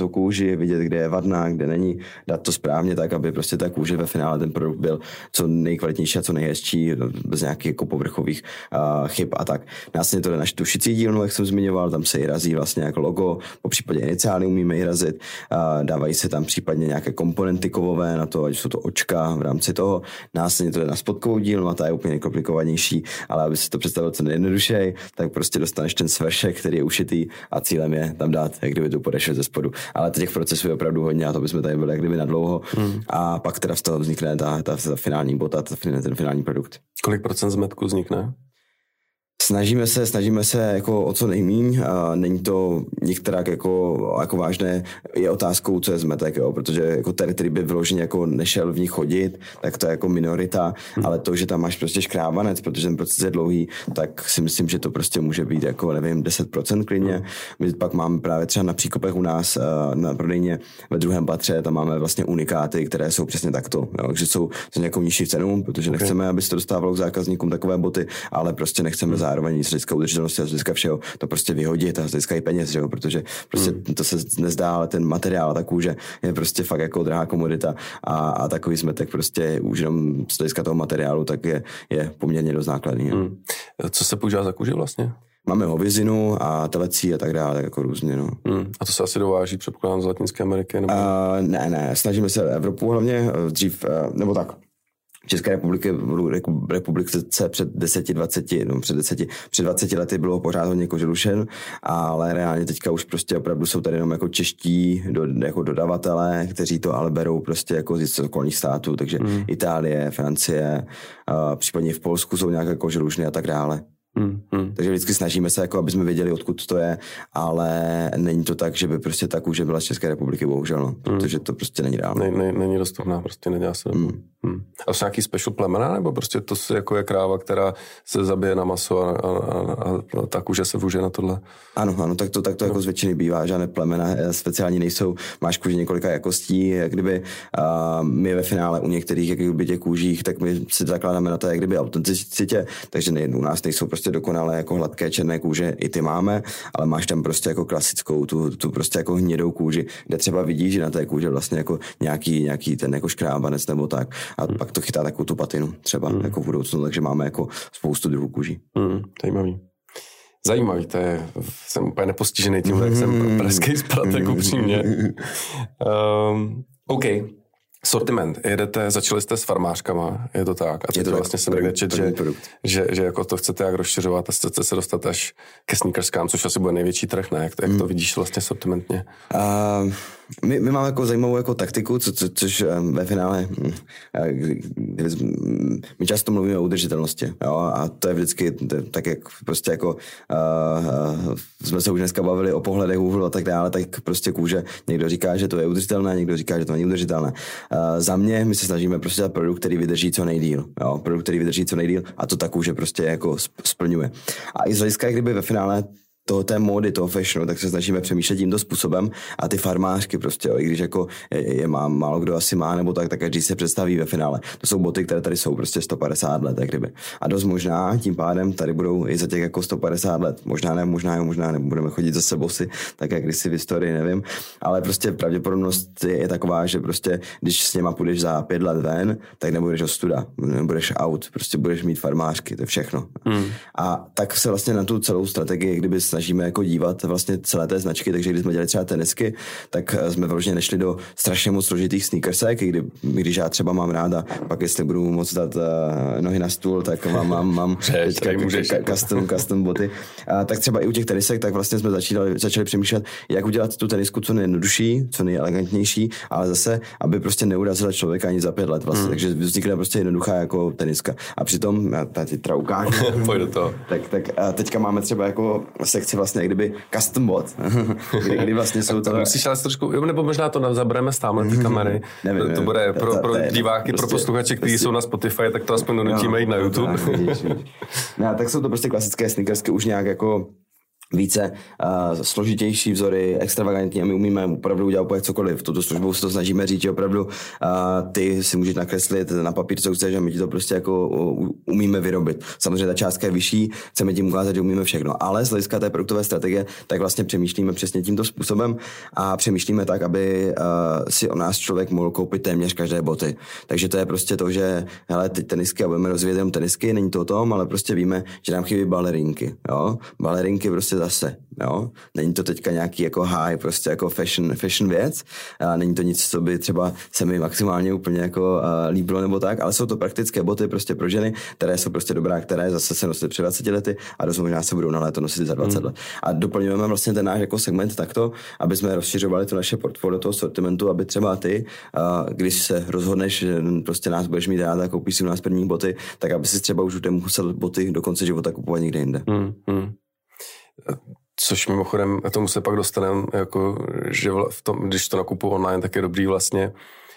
přesnou kůži, vidět, kde je vadná, kde není, dát to správně tak, aby prostě ta kůže ve finále ten produkt byl co nejkvalitnější a co nejhezčí, bez nějakých jako povrchových chyb a tak. Následně to jde na tušicí dílnu, jak jsem zmiňoval, tam se i razí vlastně jako logo, po případě iniciály umíme i razit, dávají se tam případně nějaké komponenty kovové na to, ať jsou to očka v rámci toho. Následně to jde na spodkovou dílnu a ta je úplně komplikovanější, ale aby si to představil co nejjednodušeji, tak prostě dostaneš ten svršek, který je ušitý a cílem je tam dát, jak kdyby tu podešel ze spodu. Ale těch procesů je opravdu hodně a to bychom tady byli jak kdyby na dlouho. A pak teda z toho vznikne ta finální bota, ten finální produkt. Kolik procent zmetku vznikne? Snažíme se jako o co nejmíň. Není to některá jako vážné, je otázkou, co je zmetek, jo, protože jako ten, který by vyloženě jako nešel v ní chodit, tak to je jako minorita, ale to, že tam máš prostě škrábanec, protože ten proces je dlouhý, tak si myslím, že to prostě může být jako, nevím, 10% klidně. My pak máme právě třeba na Příkopech u nás na prodejně ve druhém patře, tam máme vlastně unikáty, které jsou přesně takto, jo, takže jsou za nějakou nižší cenu, protože nechceme, aby se to dostávalo k zákazníkům takové boty, ale prostě nechceme zároveň z hlediska udržitelnosti a z hlediska všeho to prostě vyhodit a z hlediska i peněz, že jo? Protože prostě to se nezdá, ale ten materiál, ta kůže je prostě fakt jako drahá komodita a takový zmetek prostě už jenom z hlediska toho materiálu tak je poměrně dost nákladný. Co se používá za kůži vlastně? Máme hovězinu a telecí a tak dále, tak jako různě, no. A to se asi dováží, předpokládám, z Latinské Ameriky? Nebo... Ne, snažíme se Evropu hlavně dřív, nebo tak. České republice před 20 lety bylo pořád hodně koželušen, ale reálně teďka už prostě opravdu jsou tady jenom jako čeští jako dodavatelé, kteří to ale berou prostě jako z okolních států, takže Itálie, Francie, případně v Polsku jsou nějaké koželušny a tak dále. Takže vždycky snažíme se, jako aby jsme věděli, odkud to je, ale není to tak, že by prostě ta kůže byla z České republiky, bohužel, no, protože to prostě není reálné. Není dostupná, prostě nedělá se. A jsou nějaký special plemena, nebo prostě to jako je kráva, která se zabije na maso a ta kůže se vůže na tohle? Ano, tak to jako z většiny bývá, žádné plemena speciální nejsou, máš kůži několika jakostí, jak kdyby my ve finále u některých jak kdyby těch kůžích, tak my si zakládáme na to, jak kdyby autenticitě, takže u nás nejsou prostě dokonale jako hladké černé kůže, i ty máme, ale máš tam prostě jako klasickou, tu prostě jako hnědou kůži, kde třeba vidíš, že na té kůži vlastně jako nějaký ten jako škrábanec nebo tak a pak to chytá takovou tu patinu třeba jako v budoucnu, takže máme jako spoustu druhů kůží. Zajímavý, jsem úplně nepostižený tím, jak jsem pražský zpratek upřímně. OK. Sortiment. Začali jste s farmářkama, je to tak? A teď vlastně jsem někde čet, že jako to chcete jak rozšiřovat a chcete se dostat až ke sneakerskám, což asi bude největší trh, ne? Jak to vidíš vlastně sortimentně? My máme jako zajímavou jako taktiku, což ve finále my často mluvíme o udržitelnosti, jo? A to je vždycky tak, jak prostě jako jsme se už dneska bavili o pohledech úhlu a tak dále, tak prostě kůže někdo říká, že to je udržitelné, někdo říká, že to není udržitelné. Za mě my se snažíme prostě dát produkt, který vydrží co nejdýl. Jo? Produkt, který vydrží co nejdýl a to ta kůže prostě jako splňuje. A i z hlediska, kdyby ve finále té módy, toho fashionu, tak se snažíme přemýšlet tímto způsobem a ty farmářky prostě, jo, i když jako je málo kdo asi má, nebo tak každý se představí ve finále. To jsou boty, které tady jsou prostě 150 let, jak kdyby. A dost možná tím pádem tady budou i za těch jako 150 let. Možná ne, budeme chodit zase bosy, tak jak kdysi v historii, nevím. Ale prostě pravděpodobnost je taková, že prostě, když s něma půjdeš za 5 let ven, tak nebudeš ostuda, nebudeš out, prostě budeš mít farmářky, to je všechno. A tak se vlastně na tu celou strategii, kdyby snažíme jako dívat vlastně celé té značky, takže když jsme dělali třeba tenisky, tak jsme vlastně nešli do strašně moc složitých sneakersek, když já třeba mám ráda, pak jestli budu moc dát nohy na stůl, tak mám custom boty. Tak třeba i u těch tenisek, tak vlastně jsme začali přemýšlet, jak udělat tu tenisku co nejjednodušší, co nejelegantnější, ale zase, aby prostě neurazila člověka ani za 5 let vlastně, takže vznikne prostě jednoduchá jako teniska. A přitom, já tady teda ukážu. Pojď do toho. Tak teďka máme třeba jako sekci vlastně kdyby custom bot, kdy vlastně jsou to... Musíš ale trošku, nebo možná to zabereme z tamhle ty kamery. Nevím, to bude pro diváky, pro posluchače, kteří jsou na Spotify, tak to aspoň donutíme jít na YouTube. Tak jsou to prostě klasické sneakersky už nějak jako více složitější vzory, extravagantní a my umíme opravdu udělat úplně cokoliv. Tuto službou se to snažíme říct, že opravdu ty si můžeš nakreslit na papír, co chceš a my ti to prostě jako umíme vyrobit. Samozřejmě ta částka je vyšší, chceme tím ukázat, že umíme všechno, ale z hlediska té produktové strategie, tak vlastně přemýšlíme přesně tímto způsobem a přemýšlíme tak, aby si o nás člověk mohl koupit téměř každé boty. Takže to je prostě to, že hele, ty tenisky a budeme rozvíjet jenom tenisky, není to o tom, ale prostě víme, že nám chybí balerinky, jo? Balerinky prostě zase, jo. Není to teďka nějaký jako high, prostě jako fashion věc. Není to nic, co by třeba se mi maximálně úplně jako líbilo nebo tak, ale jsou to praktické boty prostě pro ženy, které jsou prostě dobrá, které zase se nosily před 20 lety a dost možná se budou na léto nosit za 20 let. A doplňujeme vlastně ten náš jako segment takto, aby jsme rozšiřovali to naše portfolio toho sortimentu, aby třeba ty, když se rozhodneš, že prostě nás budeš mít rád a koupíš si u nás první boty, tak aby si třeba už nemusel boty do konce života kupovat někde jinde. Což mimochodem, tomu se pak dostaneme, jako, že když to nakupuji online, tak je dobrý vlastně,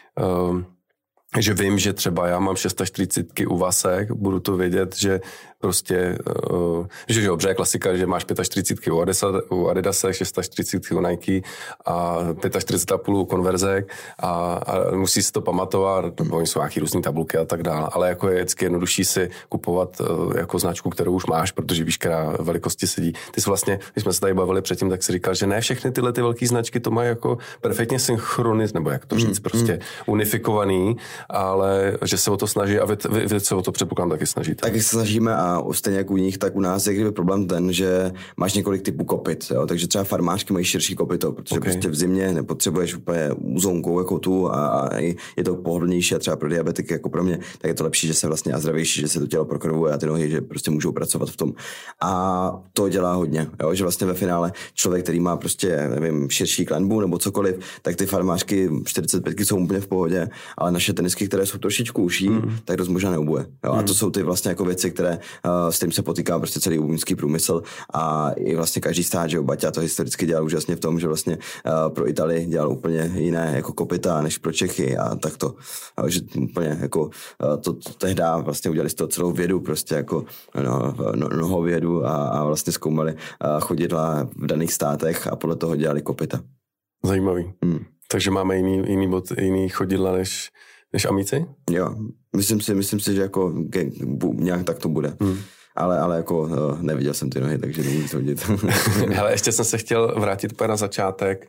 že vím, že třeba já mám 640 u Vasek, budu to vědět, že prostě, že dobře, je klasika, že máš 45 u Adidasek, 640 u Nike a 45,5 u Conversek a musí si to pamatovat, oni jsou nějaký různý tabulky a tak dále, ale jako je vždycky jednodušší si kupovat jako značku, kterou už máš, protože víš, která velikosti sedí. Ty jsi vlastně, když jsme se tady bavili předtím, tak si říkal, že ne všechny tyhle ty velké značky to mají jako perfektně synchronizovaný, nebo jak to říct, prostě unifikovaný, ale že se o to snaží a vy se o to předpokládám taky snažíte. Taky se snažíme a stejně jak u nich, tak u nás je kdyby problém ten, že máš několik typů kopyt, jo? Takže třeba farmářky mají širší kopyto, protože prostě v zimě nepotřebuješ úplně úzonkou jako tu a je to pohodlnější a třeba pro diabetiky jako pro mě, tak je to lepší, že se vlastně a zdravější, že se to tělo prokrvuje a ty nohy, že prostě můžou pracovat v tom. A to dělá hodně, jo? Že vlastně ve finále člověk, který má prostě, nevím, širší klenbu nebo cokoliv, tak ty farmářky 45 jsou úplně v pohodě, ale naše tenisky, které jsou trošičku uší, tak dost možná neubuje. Jo? A to jsou ty vlastně jako věci, které s tím se potýká prostě celý obuvnický průmysl a i vlastně každý stát, že Baťa to historicky dělal úžasně v tom, že vlastně pro Itálii dělal úplně jiné jako kopyta než pro Čechy a tak to, že úplně jako to tehdy vlastně udělali z toho celou vědu prostě jako nohovědu a vlastně zkoumali chodidla v daných státech a podle toho dělali kopyta. Zajímavý. Takže máme jiný chodidla než amici? Jo, myslím si, že jako nějak tak to bude. Ale jako neviděl jsem ty nohy, takže nemůžu tvrdit. Hele, ještě jsem se chtěl vrátit na začátek.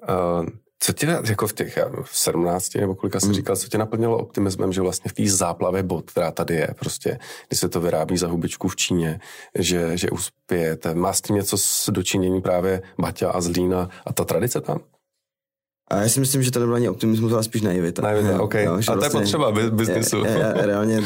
Co tě jako v těch 17 nebo kolika jsi říkal, co tě naplnilo optimismem, že vlastně v té záplavě bot, která tady je, prostě, když se to vyrábí za hubičku v Číně, že uspějete. Má s tím něco dočinění právě Baťa a Zlína a ta tradice tam? A já si myslím, že to nebyl ani optimismus, ale spíš naivita. Naivita, ok. No, a to vlastně, je potřeba biznisu. Reálně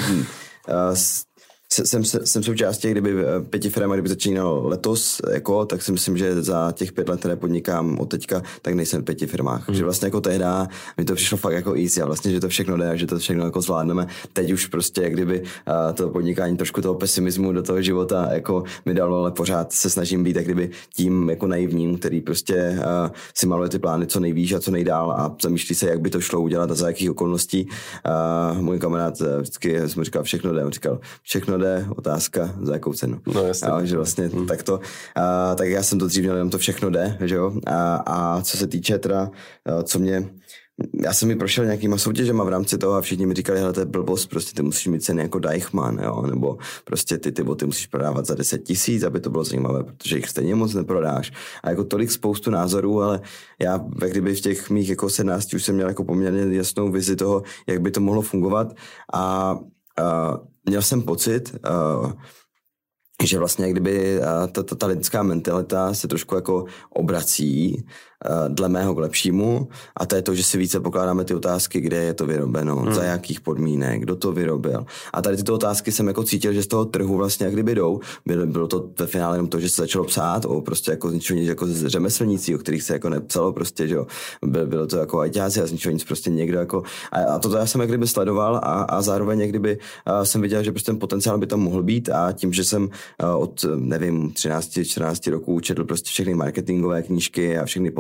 jsem součástí, kdyby 5 firm, kdyby začínal letos, jako, tak si myslím, že za těch 5 let, které podnikám od teďka, tak nejsem v 5 firmách. Že vlastně jako tehda mi to přišlo fakt jako easy a vlastně, že to všechno jde a že to všechno jako zvládneme. Teď už prostě, jak kdyby to podnikání trošku toho pesimismu do toho života jako mi dalo, ale pořád se snažím být jak kdyby tím jako naivním, který prostě si maluje ty plány co nejvíš a co nejdál a zamýšlí se, jak by to šlo udělat a za jakých okolností. Můj kamarád vždycky jsem říkal, všechno jde, on říkal, všechno jde, otázka za jakou cenu. No jasně. A, že vlastně takto. Tak já jsem to dřív měl, jenom to všechno jde, že jo. A co se týče teda, já jsem mi prošel nějakýma soutěžema v rámci toho a všichni mi říkali, hele, to je blbost, prostě ty musíš mít ceny jako Deichmann, jo, nebo prostě ty boty musíš prodávat za 10 000, aby to bylo zajímavé, protože jich stejně moc neprodáš. A jako tolik spoustu názorů, ale já kdyby v těch mých jako 17 už jsem měl jako poměrně jasnou vizi toho, jak by to mohlo fungovat a měl jsem pocit, že vlastně kdyby ta lidská mentalita se trošku jako obrací dle mého k lepšímu a to je to, že si více pokládáme ty otázky, kde je to vyrobeno, za jakých podmínek, kdo to vyrobil. A tady tyto otázky jsem jako cítil, že z toho trhu vlastně jak kdyby jdou. Bylo to ve finále jenom to, že se začalo psát o prostě jako zničení jako řemeslníci, o kterých se jako nepsalo prostě, že jo. Bylo to jako ajťáci a zničení prostě někdo jako a toto já jsem jak kdyby sledoval a zároveň jak kdyby jsem viděl, že prostě ten potenciál by tam mohl být a tím, že jsem od nevím 13-14 roků četl prostě všechny marketingové knížky a všechny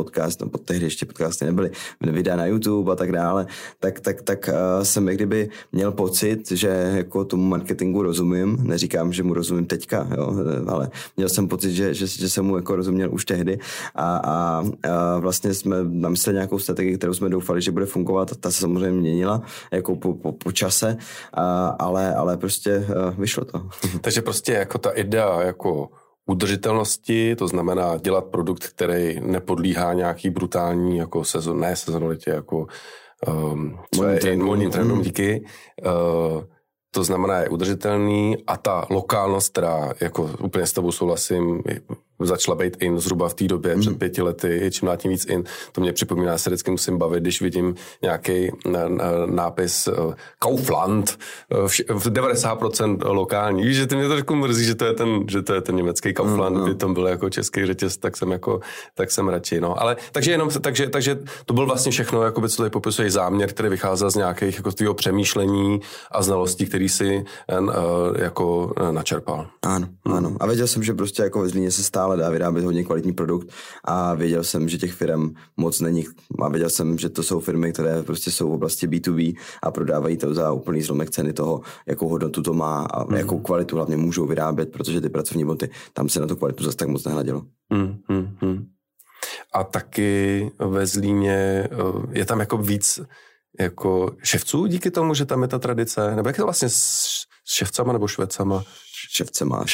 podcast, no tehdy ještě podcasty nebyly, videa na YouTube a tak dále, tak jsem jak kdyby měl pocit, že jako tomu marketingu rozumím, neříkám, že mu rozumím teďka, jo, ale měl jsem pocit, že jsem mu jako rozuměl už tehdy a vlastně jsme namysleli nějakou strategii, kterou jsme doufali, že bude fungovat, ta se samozřejmě měnila jako po čase, ale prostě vyšlo to. Takže prostě jako ta idea jako udržitelnosti, to znamená dělat produkt, který nepodlíhá nějaký brutální jako sezonalitě, jako modním trendům, díky. To znamená, je udržitelný a ta lokálnost, která jako úplně s tebou souhlasím, začala být in zhruba v té době, před 5 lety, čím dál tím víc in. To mě připomíná, já se vždycky musím bavit, když vidím nějaký nápis Kaufland, v 90% lokální. Víš, že ty mě trošku mrzí, že to je ten německý Kaufland, kdyby tam byl jako český řetěz, tak jsem radši, no. Ale takže to byl vlastně všechno, jakoby, co tady popisuje záměr, který vycházel z nějakých jako tvýho přemýšlení a znalostí, který si jako načerpal. Ano. A věděl jsem, že prostě jako ve Zlíně se stále dá vyrábět hodně kvalitní produkt a věděl jsem, že těch firm moc není a věděl jsem, že to jsou firmy, které prostě jsou v oblasti B2B a prodávají to za úplný zlomek ceny toho, jakou hodnotu to má a jakou kvalitu hlavně můžou vyrábět, protože ty pracovní boty, tam se na tu kvalitu zase tak moc nehledělo. A taky ve Zlíně je tam jako víc jako ševců díky tomu, že tam je ta tradice? Nebo jak je to vlastně s ševcama nebo švecama? Ševcema.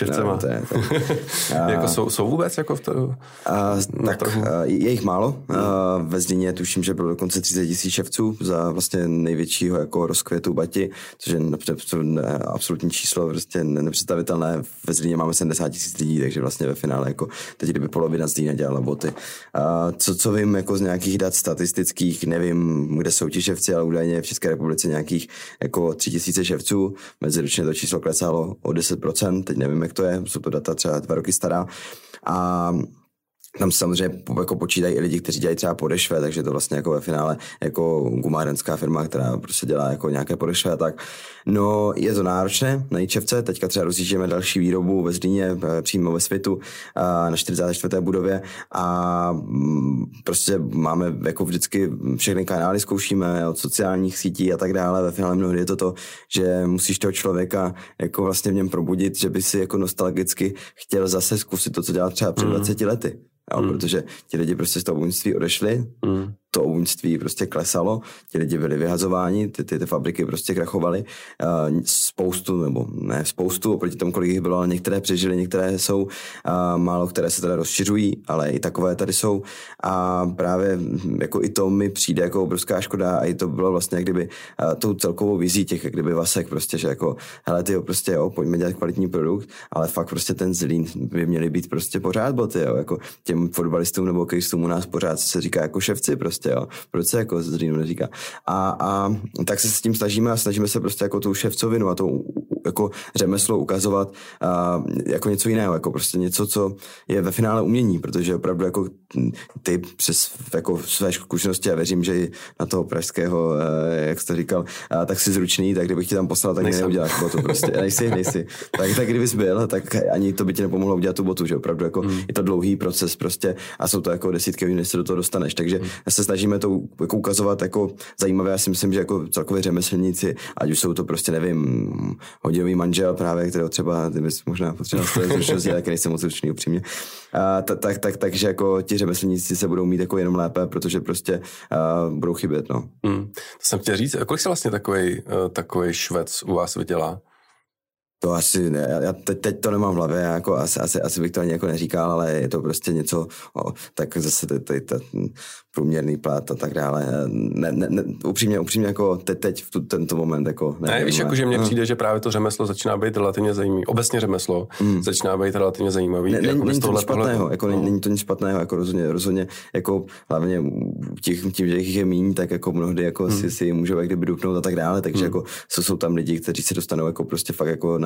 Jako jsou vůbec jako v to? Je jich málo. Ve Zlíně tuším, že bylo dokonce 30 000 ševců za vlastně největšího jako rozkvětu Bati, což je absolutní číslo, prostě nepředstavitelné. Ve Zlíně máme 70 000 lidí, takže vlastně ve finále jako teď kdyby polovina Zlína dělala boty. Co vím jako z nějakých dat statistických, nevím, kde jsou ti ševci, ale údajně v České republice nějakých jako 3 000 ševců. Meziročně to číslo klesalo o 10%. Teď nevím, jak to je, jsou to data třeba 2 roky stará a tam se samozřejmě jako počítají i lidi, kteří dělají třeba podešve, takže to vlastně jako ve finále jako gumárenská firma, která prostě dělá jako nějaké podešve a tak. No, je to náročné najít ševce, teďka třeba rozjížděme další výrobu ve Zlíně, přímo ve Svitu, na 44. budově a prostě máme jako vždycky všechny kanály zkoušíme od sociálních sítí a tak dále. Ve finále mnohdy je to, že musíš toho člověka jako vlastně v něm probudit, že by si jako nostalgicky chtěl zase zkusit to, co dělal třeba před 20 lety. Jo, protože ti lidi prostě z toho obuvnictví odešli, to obuvnictví prostě klesalo, ti lidi byli vyhazováni, ty fabriky prostě krachovaly, spoustu, oproti tomu, kolik jich bylo, ale některé přežily, některé jsou, málo které se teda rozšiřují, ale i takové tady jsou a právě jako i to mi přijde jako obrovská škoda a i to bylo vlastně jak kdyby tou celkovou vizí těch jak kdyby Vasek prostě, že jako hele tyjo, prostě jo, pojďme dělat kvalitní produkt, ale fakt prostě ten Zlín by měly být prostě pořád boty, jo, jako těm fotbalistům nebo hokejistům u nás pořád se říká jako ševci prostě, jo. Proč se jako z Zlínu neříká? A tak se s tím snažíme se prostě jako tu ševcovinu a to jako řemeslo ukazovat jako něco jiného, jako prostě něco, co je ve finále umění, protože opravdu jako ty přes jako své zkušenosti a věřím, že i na toho pražského, jak jsi to říkal, tak jsi zručný, tak kdybych ti tam poslal, tak neuděláš botu prostě. Nejsi. Tak kdybys byl, tak ani to by ti nepomohlo udělat tu botu, že opravdu jako je to dlouhý proces prostě a jsou to jako desítky hodin, než se do toho dostaneš. Takže se snažíme to jako ukazovat jako zajímavé. Já si myslím, že jako celkově řemeslníci, ať už jsou to prostě nevím, hodinový manžel právě, kterého třeba ty bys možná potřeboval z toho zručnosti, jak nejsem moc zručný upřímně. Takže jako ti řemeslníci se budou mít jako jenom lépe, protože prostě budou chybět, no. To jsem chtěl říct, kolik se vlastně takový švec u vás vydělá? To asi ne, já teď to nemám v hlavě, jako asi bych to ani jako neříkal, ale je to prostě něco, tak zase ten průměrný plat a tak dále. Ne, upřímně jako teď v tento moment jako nevím. Ne, víš, jako, že mně přijde, že právě to řemeslo začíná být relativně zajímavý. Obecně řemeslo začíná být relativně zajímavý. Není to nic špatného, jako není to nic špatného, jako rozhodně jako hlavně tím, že jich je míň, tak jako mnohdy jako si můžou jak kdyby dupnout a tak dále, takže jako jsou tam lidi, kteří se dostanou jako prostě fakt jako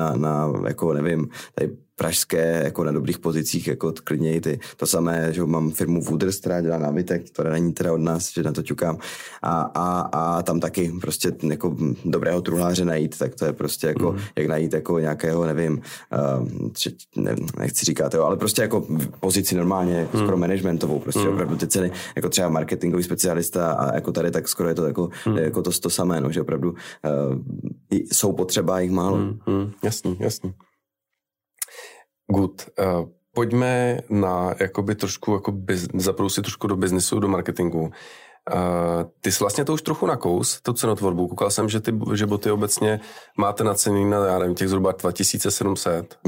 na jako nevím, tady pražské, jako na dobrých pozicích, jako klidně i ty. To samé, že mám firmu Wooders, která dělá nábytek, to není teda od nás, že na to ťukám. A tam taky prostě jako dobrého truhláře najít, tak to je prostě jako, jak najít jako nějakého, nevím, nechci říkat, jo, ale prostě jako pozici normálně, jako skoro managementovou, prostě opravdu ty ceny, jako třeba marketingový specialista a jako tady, tak skoro je to jako to samé, no, že opravdu jsou potřeba, jich málo. Jasný. Good. Pojďme na jakoby trošku zaprousit trošku do biznisu, do marketingu. Ty jsi vlastně to už trochu nakous, tu cenotvorbu. Koukal jsem, že boty obecně máte naceněný na, já nevím, těch zhruba 2700.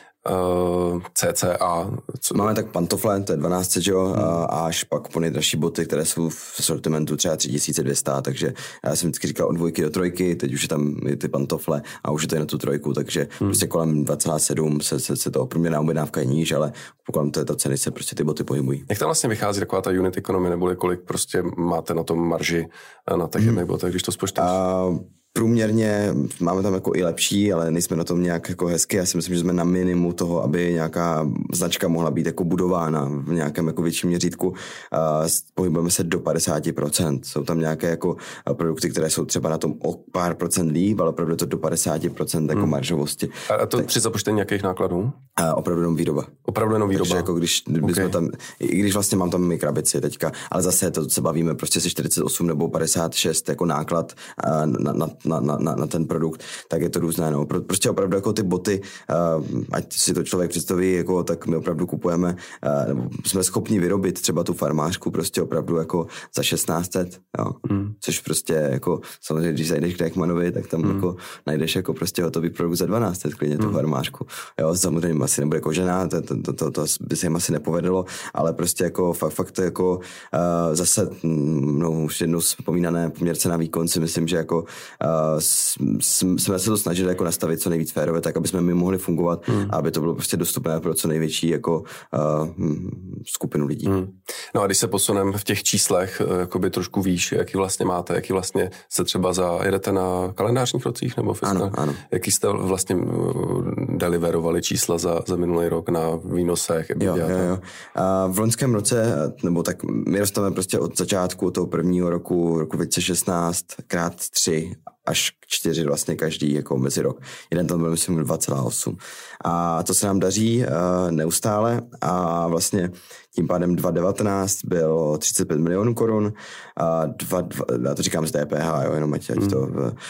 CCA. Máme tak pantofle, to je 1200, jo, a až pak po nejdražší boty, které jsou v sortimentu třeba 3200, takže já jsem vždycky říkal od 2 do 3, teď už je tam ty pantofle a už je to jen na tu 3, takže prostě kolem 2,7 se to průměrná objednávka je níž, ale kolem této ceny se prostě ty boty pohybují. Jak tam vlastně vychází taková ta unit economy, nebo kolik prostě máte na tom marži na těch jedných botech, když to spočítáš? Průměrně máme tam jako i lepší, ale nejsme na tom nějak jako hezky. Já si myslím, že jsme na minimu toho, aby nějaká značka mohla být jako budována v nějakém jako větším měřítku. Pohybujeme se do 50%. Jsou tam nějaké jako produkty, které jsou třeba na tom o pár procent líp, ale opravdu to do 50% jako maržovosti. A to při započtení nějakých nákladů? Opravdu jenom výroba. Opravdu jenom výroba. Takže jako jsme tam, i když vlastně mám tam i krabici teďka, ale zase to se bavíme prostě se 48 nebo 56 jako náklad na ten produkt, tak je to různé. No. Prostě opravdu jako ty boty, ať si to člověk představí, jako, tak my opravdu kupujeme, nebo jsme schopni vyrobit třeba tu farmářku prostě opravdu jako za 1600, jo. Což prostě jako, samozřejmě, když zajdeš k Deichmannovi, tak tam jako najdeš jako prostě hotový produkt za 1200, klidně tu farmářku. Jo, samozřejmě asi nebude kožená, to by se jim asi nepovedlo, ale prostě jako fakt to jako zase, no, už jednou vzpomínané poměr cena výkon, si myslím, že jako jsme se to snažili jako nastavit co nejvíc férové, tak aby jsme my mohli fungovat a aby to bylo prostě dostupné pro co největší jako skupinu lidí. No a když se posuneme v těch číslech jakoby trošku výš, jaký vlastně máte, jaký vlastně se třeba jedete na kalendářních rocích nebo fiskálně? Ano. Jaký jste vlastně deliverovali čísla za minulý rok na výnosech? Jo. V loňském roce, nebo tak my rosteme prostě od začátku toho prvního roku 2016 krát 3 až 4 vlastně každý jako mezi rok. Jeden tam byl, myslím, 2,8. A to se nám daří neustále a vlastně tím pádem 2019 bylo 35 milionů korun a já to říkám z DPH, jo, jenom ať to...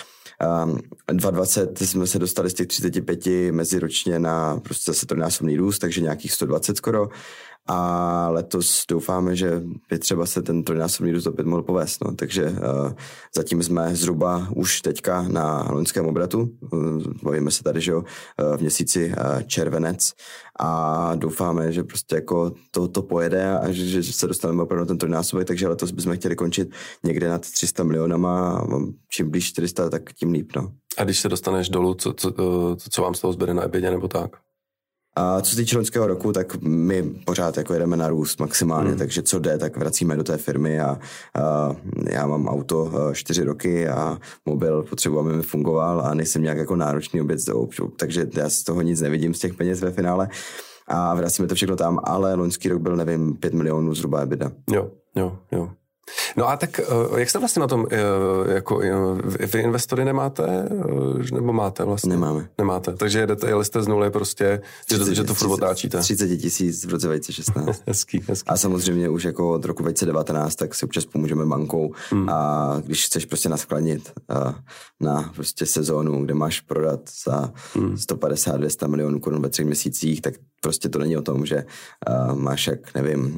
2020 jsme se dostali z těch 35 meziročně na prostě zase trojnásobný růst, takže nějakých 120 skoro. A letos doufáme, že by třeba se ten trojnásobný růst opět mohl povést. No. Takže zatím jsme zhruba už teďka na loňském obratu. Bavíme se tady, že jo, v měsíci červenec a doufáme, že prostě jako to pojede a že se dostaneme opravdu na ten trojnásobek, takže letos bychom chtěli končit někde nad 300 milionama a čím blíž 400, tak tím líp. No. A když se dostaneš dolů, co vám z toho zbyde na ebědě nebo tak? A co se týče loňského roku, tak my pořád jako jedeme na růst maximálně, takže co jde, tak vracíme do té firmy a já mám auto 4 roky a mobil potřebuji, aby mi fungoval a nejsem nějak jako náročný objekt, takže já z toho nic nevidím z těch peněz ve finále a vracíme to všechno tam, ale loňský rok byl, nevím, 5 milionů zhruba EBITDA. Jo. No a tak jak jste vlastně na tom, jako vy investory nemáte, nebo máte vlastně? Nemáte, takže jeli jste z nuly prostě, že to furt otáčíte. 30 000 v roce 2016. Hezký. A samozřejmě už jako od roku 2019, tak si občas pomůžeme bankou a když chceš prostě naskladnit na prostě sezónu, kde máš prodat za 150-200 milionů korun ve 3 měsících, tak prostě to není o tom, že máš jak, nevím,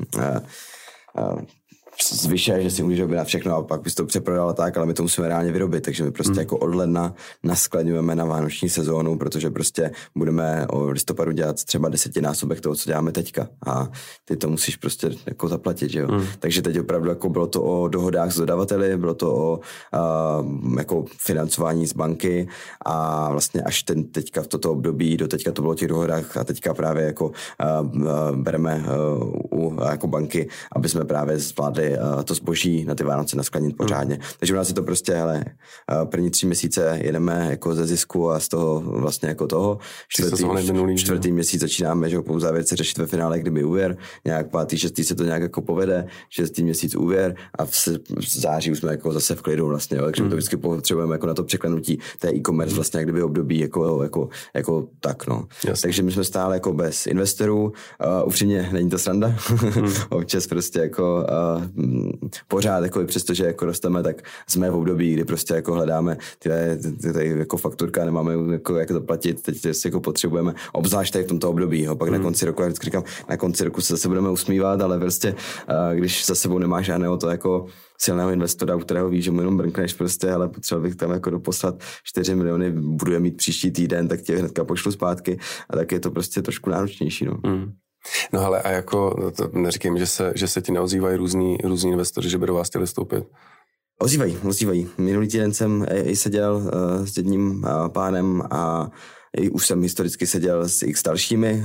zvyše, že si můžeš objednat všechno a pak bys to přeprodal tak, ale my to musíme reálně vyrobit, takže my prostě jako od ledna naskladňujeme na vánoční sezónu, protože prostě budeme o listopadu dělat třeba 10násobek toho, co děláme teďka a ty to musíš prostě jako zaplatit, že jo. Takže teď opravdu jako bylo to o dohodách s dodavateli, bylo to o jako financování z banky a vlastně až teďka v toto období, do teďka to bylo o těch dohodách a teďka právě jako bereme u jako banky, aby jsme právě zvládli mohli to zboží na ty Vánoce naskladnit pořádně. Takže u nás je to prostě, hele, první 3 měsíce jedeme jako ze zisku a z toho vlastně jako toho. Čtvrtý měsíc začínáme, že po uzávěrce řešit ve finále, kdyby úvěr, nějak 5., 6. se to nějak jako povede, 6. měsíc úvěr a v září už jsme jako zase v klidu vlastně, takže to vždycky potřebujeme jako na to překlenutí té e-commerce vlastně kdyby období jako tak, no. Jasně. Takže my jsme stále jako bez investorů, upřímně není to sranda, občas prostě jako pořád, jako i přesto, že jako rosteme, tak jsme v období, kdy prostě jako hledáme ty jako fakturka, nemáme jako jak to platit, teď jako potřebujeme, obzvlášť tady v tomto období, pak na konci roku, já vždycky říkám, na konci roku se zase budeme usmívat, ale prostě když za sebou nemáš žádného to jako silného investora, u kterého víš, že mu jenom brnkneš prostě, ale potřeboval bych tam jako doposlat 4 miliony, budu je mít příští týden, tak tě hnedka pošlu zpátky a tak je to prostě trošku náročnější, no. No ale a jako, neříkej mi, že se ti neozývají různí investoři, že by do vás chtěli vstoupit? Ozývají. Minulý týden jsem i seděl s jedním pánem a už jsem historicky seděl s x dalšími,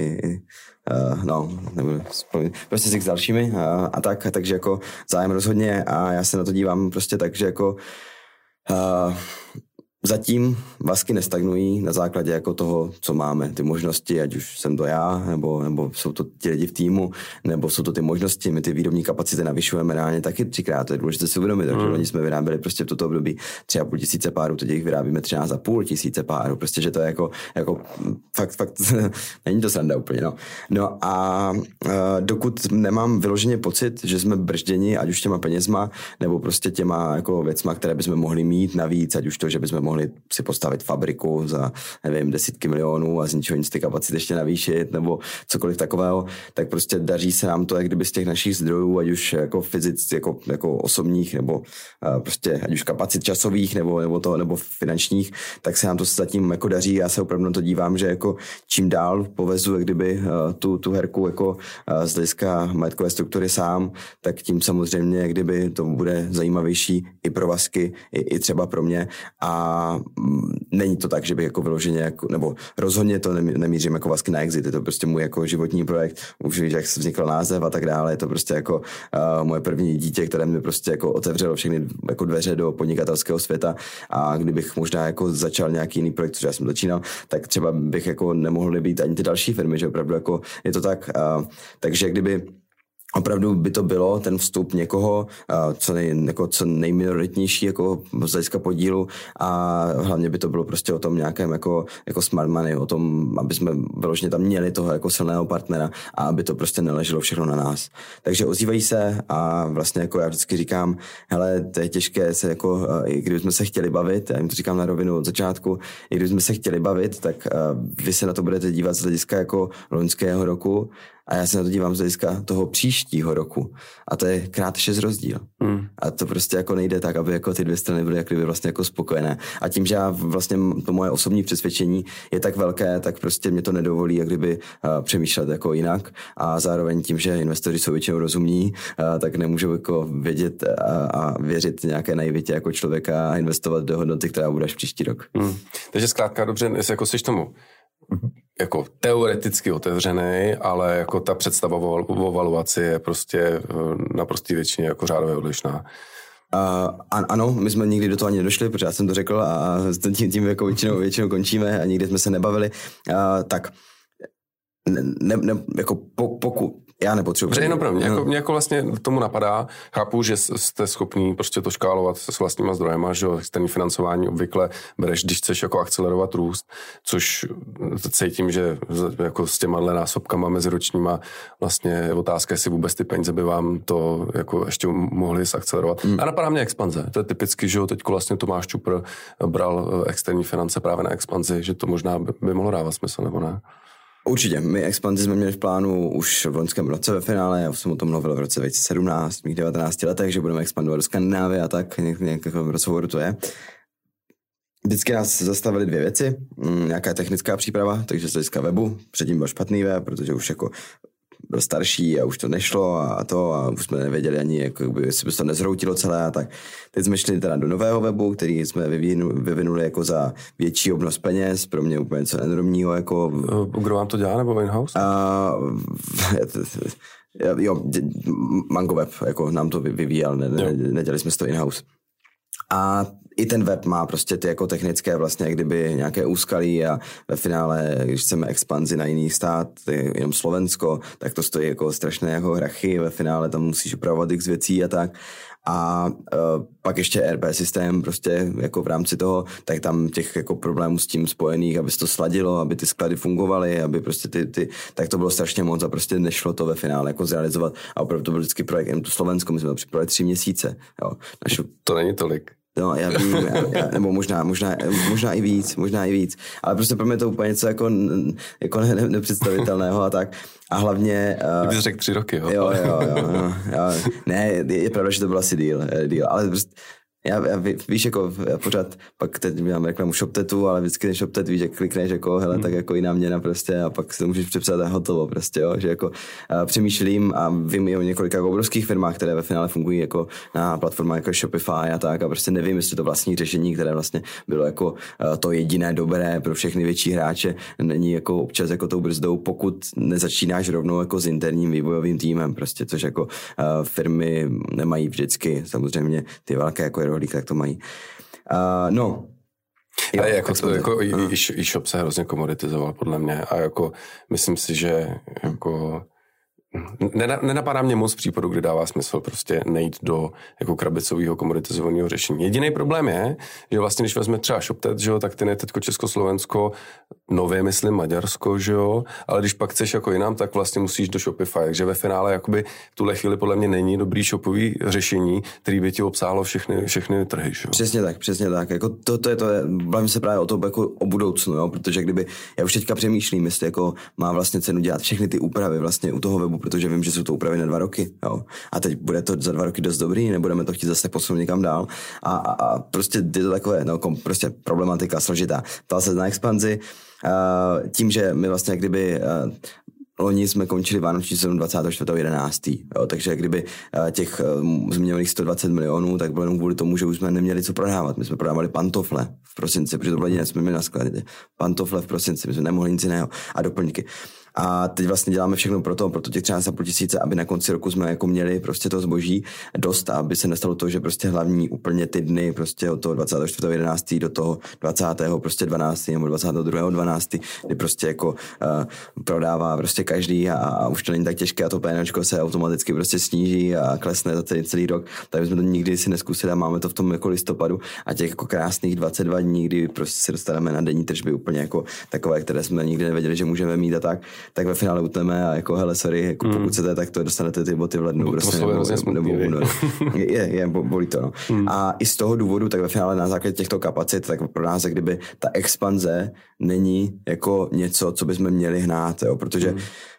prostě s x dalšími a tak, takže jako zájem rozhodně a já se na to dívám prostě tak, že jako zatím vazky nestagnují na základě jako toho, co máme, ty možnosti, ať už jsem to já, nebo jsou to ti lidi v týmu, nebo jsou to ty možnosti, my ty výrobní kapacity navyšujeme reálně taky 3krát, to je důležité si uvědomit, takže oni jsme vyráběli prostě v toto období 3,5 tisíce párů, teď jich vyrábíme 13,5 tisíce párů, prostě, že to je jako fakt není to sranda úplně, no. No a dokud nemám vyloženě pocit, že jsme bržděni, ať už těma penězma, nebo prostě těma jako věcma, které bychom mohli mít navíc, ať už to, že bychom mohli si postavit fabriku za, nevím, desítky milionů a z ničeho nic ty kapacity ještě navýšit nebo cokoliv takového, tak prostě daří se nám to, jak kdyby z těch našich zdrojů, ať už jako fyzic, jako osobních, nebo prostě ať už kapacit časových, nebo finančních, tak se nám to zatím jako daří. Já se opravdu na to dívám, že jako čím dál povezu, jak kdyby tu herku jako z hlediska majetkové struktury sám, tak tím samozřejmě, jak kdyby to bude zajímavější i pro Vazky, i třeba pro mě. A není to tak, že bych jako vyloženě, jako, nebo rozhodně to nemířím jako Vazky na exit, je to prostě můj jako životní projekt, už víš, jak vznikl název a tak dále, je to prostě jako moje první dítě, které mi prostě jako otevřelo všechny jako dveře do podnikatelského světa a kdybych možná jako začal nějaký jiný projekt, což já jsem začínal, tak třeba bych jako nemohly být ani ty další firmy, že opravdu jako je to tak, takže kdyby opravdu by to bylo ten vstup někoho, co nejminoritnější jako z hlediska podílu a hlavně by to bylo prostě o tom nějakém jako smart money, o tom, aby jsme vyloženě tam měli toho jako silného partnera a aby to prostě neleželo všechno na nás. Takže ozývají se a vlastně jako já vždycky říkám, hele, to je těžké se jako, i kdybychom se chtěli bavit, já jim to říkám na rovinu od začátku, i kdybychom se chtěli bavit, tak vy se na to budete dívat z hlediska jako loňského roku, a já se na to dívám z hlediska toho příštího roku. A to je krát 6 rozdíl. A to prostě jako nejde tak, aby jako ty dvě strany byly jako vlastně jako spokojené. A tím, že já vlastně to moje osobní přesvědčení je tak velké, tak prostě mě to nedovolí jak kdyby přemýšlet jako jinak. A zároveň tím, že investoři jsou většinou rozumní, tak nemůžu jako vědět a věřit nějaké naivitě jako člověka a investovat do hodnoty, která bude až příští rok. Takže zkrátka dobře, jestli jako jsi tomu jako teoreticky otevřený, ale jako ta představa o valuaci je prostě naprostý většině jako řádově odlišná. Ano, my jsme nikdy do toho ani nedošli, protože já jsem to řekl a tím jako většinou končíme a nikdy jsme se nebavili. Tak jako pokud já nepotřebuji. Protože jenom pro mě jako vlastně tomu napadá, chápu, že jste schopný prostě to škálovat s vlastníma zdrojema, že externí financování obvykle bereš, když chceš jako akcelerovat růst, což cítím, že jako s těma násobkama meziročníma vlastně otázka, jestli vůbec ty peníze by vám to jako ještě mohli zakcelerovat. A napadá mě expanze. To je typicky, že teď vlastně Tomáš Čupr bral externí finance právě na expanzi, že to možná by mohlo dávat smysl, nebo ne? Určitě. My expanzi jsme měli v plánu už v loňském roce ve finále, já jsem o tom mluvil v roce 2017, v mých 19 letech, že budeme expandovat do Skandinávie a tak, nějakého rozhovoru to je. Vždycky nás zastavily 2 věci, nějaká technická příprava, takže z hlediska webu, předtím byl špatný web, protože už jako byl starší a už to nešlo a už jsme nevěděli ani, jako, jestli by se to nezhroutilo celé a tak. Teď jsme šli teda do nového webu, který jsme vyvinuli jako za větší obnos peněz, pro mě úplně něco enormního. Jako... Kdo vám to dělá, nebo in-house? Jo, Mango Web jako nám to vyvíjel, nedělali jsme to in-house. A i ten web má prostě ty jako technické vlastně, jak kdyby nějaké úskalí a ve finále, když chceme expanzi na jiný stát, jenom Slovensko, tak to stojí jako strašné jako hrachy, ve finále tam musíš upravovat x věcí a tak. A pak ještě ERP systém prostě jako v rámci toho, tak tam těch jako problémů s tím spojených, aby se to sladilo, aby ty sklady fungovaly, aby prostě tak to bylo strašně moc a prostě nešlo to ve finále jako zrealizovat. A opravdu to byl vždycky projekt, jenom to Slovensko, my jsme to připravili 3 měsíce. Jo. To není tolik. No, já vím, nebo možná i víc, ale prostě pro mě to úplně něco jako nepředstavitelného a tak. A hlavně... Ty bys řekl 3 roky, jo? Jo. Ne, je pravda, že to byl asi deal, ale prostě víš, jako pořád, pak teď mám reklamu ShopTetu, ale vždycky ten ShopTet, víš, že klikneš jako, hele, tak jako jiná měna prostě a pak si to můžeš přepsat a hotovo prostě, jo, že jako přemýšlím a vím i o několika jako obrovských firmách, které ve finále fungují jako na platformách jako Shopify a tak a prostě nevím, jestli to vlastní řešení, které vlastně bylo jako to jediné dobré pro všechny větší hráče, není jako občas jako tou brzdou, pokud nezačínáš rovnou jako s interním vývojovým týmem prostě, což jako firmy nemají vždycky, samozřejmě ty velké jako rohlík, tak to mají. No. Jo, jako e-shop se hrozně komoditizoval podle mě a jako myslím si, že jako nenapadá mě moc případů, kdy dává smysl prostě nejít do jako krabicového komoditizovaného řešení. Jediný problém je, že vlastně když vezme třeba ShopTet, že jo, tak ty ne teďko Československo, nově myslím Maďarsko, že jo, ale když pak chceš jako jinam, tak vlastně musíš do Shopify, takže ve finále jakoby v tuhle chvíli podle mě není dobrý shopový řešení, který by ti obsáhlo všechny trhy, že jo. Přesně tak. Jako to je to, bavím se právě o to jako o budoucnu, jo, protože kdyby já už teďka přemýšlím, jestli jako má vlastně cenu dělat všechny ty úpravy vlastně u toho webu, protože vím, že jsou to úpravy na 2 roky, jo. A teď bude to za 2 roky dost dobrý, nebudeme to chtít zase posunout někam dál. A prostě je to takové, prostě problematika složitá. Ptal se na expanzi, tím, že my vlastně kdyby loni jsme končili vánoční sezónu 24.11. Takže kdyby těch změněných 120 milionů, tak bylo jenom kvůli tomu, že už jsme neměli co prodávat. My jsme prodávali pantofle v prosinci, protože to bylo jediné, jsme měli na skladě. Pantofle v prosinci, my jsme nemohli nic jiného a doplňky. A teď vlastně děláme všechno pro těch 13,5 tisíce, aby na konci roku jsme jako měli prostě to zboží dost, aby se nestalo to, že prostě hlavní úplně ty dny prostě od toho 24.11. do toho 12. nebo 22.12., kdy prostě jako prodává prostě každý a už to není tak těžké a to PNOčko se automaticky prostě sníží a klesne za celý rok. Tak jsme to nikdy si neskusili a máme to v tom jako listopadu a těch jako krásných 22 dní, kdy prostě se dostaneme na denní tržby úplně jako takové, které jsme nikdy nevěděli, že můžeme mít a tak ve finále utneme a jako hele, sorry, jako pokud chcete, tak to dostanete ty boty v lednu. Prostě, nebo bolí to, no. A i z toho důvodu, tak ve finále na základě těchto kapacit, tak pro nás, kdyby ta expanze není jako něco, co bychom měli hnát, jo, protože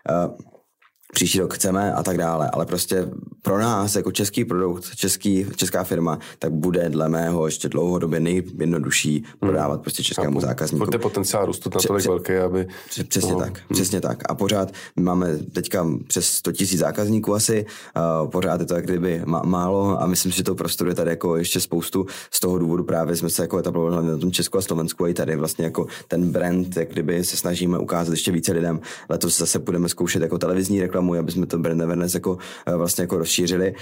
příští rok chceme a tak dále, ale prostě pro nás jako český produkt, česká firma, tak bude dle mého ještě dlouhodobě nejjednodušší prodávat prostě českému zákazníku. Protože potenciál růstu natolik velký, aby... Přesně tak. A pořád máme teďka přes 100 000 zákazníků asi, pořád je to jak kdyby málo a myslím si, že to prostoru je tady jako ještě spoustu. Z toho důvodu právě jsme se jako etablovali na tom Česku a Slovensku a i tady vlastně jako ten brand, jak kdyby se snažíme ukázat ještě více lidem. Letos zase budeme zkoušet jako televizní reklamu, aby jsme to brand awareness jako vlastně jako rozšířili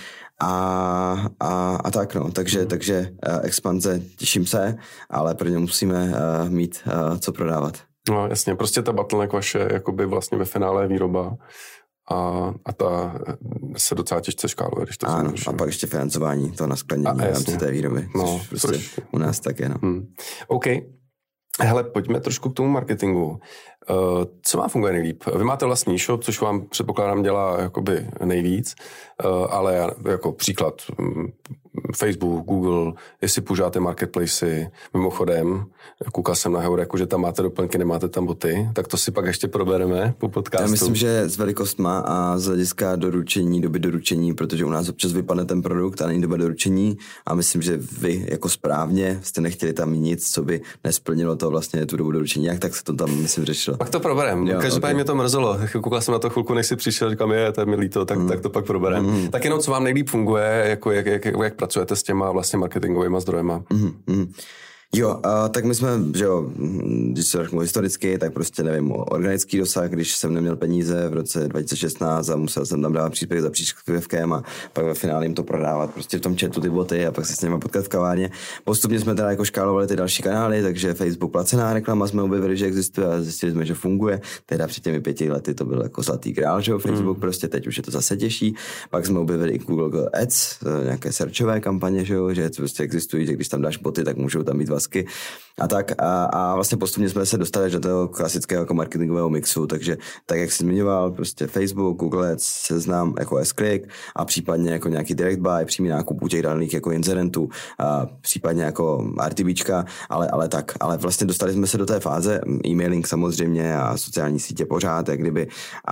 a tak no. Takže expanze, těším se, ale pro ně musíme mít co prodávat. No jasně, prostě ta bottleneck vaše jakoby vlastně ve finále je výroba a ta se docela těžce škáluje, když to ano, a pak ještě financování toho naskladnění v rámci té výroby, prostě u nás tak je. No. OK. Hele, pojďme trošku k tomu marketingu. Co vám funguje nejlíp? Vy máte vlastní e-shop, což vám předpokládám dělá jakoby nejvíc, ale jako příklad Facebook, Google, jestli používáte marketplacy, mimochodem, koukal jsem na Heureku, že tam máte doplňky, nemáte tam boty, tak to si pak ještě probereme po podcastu. Já myslím, že s velikostma a z hlediska doby doručení, protože u nás občas vypadne ten produkt a není doba doručení a myslím, že vy jako správně jste nechtěli tam nic, co by nesplnilo to vlastně tu dobu doručení, jak tak se to tam myslím řešilo. Pak to probereme. Každopádně mě to mrzelo. Koukal jsem na to chvilku, než si přišel, říkám, to je mi líto, tak to pak probereme. Tak jenom, co vám nejlíp funguje, jako jak pracujete s těma vlastně marketingovými zdrojema? Jo, tak my jsme, že jo, když se řeknu historicky, tak prostě nevím, organický dosah, když jsem neměl peníze v roce 2016 a musel jsem tam dávat příspěvek za příspěvkem a pak ve finále jim to prodávat prostě v tom chatu ty boty a pak se s nimi potkat v kavárně. Postupně jsme teda jako škálovali ty další kanály, takže Facebook placená reklama jsme objevili, že existuje a zjistili jsme, že funguje. Teda před těmi 5 lety to byl jako zlatý král, že jo, Facebook prostě teď už je to zase těžší. Pak jsme objevili i Google Ads, nějaké searchové kampaně, že jo, že prostě existují, že když tam dáš boty, tak můžou tam být vasky a tak a vlastně postupně jsme se dostali do toho klasického jako marketingového mixu, takže tak, jak jsi zmiňoval, prostě Facebook, Google Ads, Seznam, jako S-Click a případně jako nějaký direct buy, přímý nákup u těch daných jako inzerentů, a případně jako RTBčka, ale vlastně dostali jsme se do té fáze, e-mailing samozřejmě a sociální sítě pořád, jak kdyby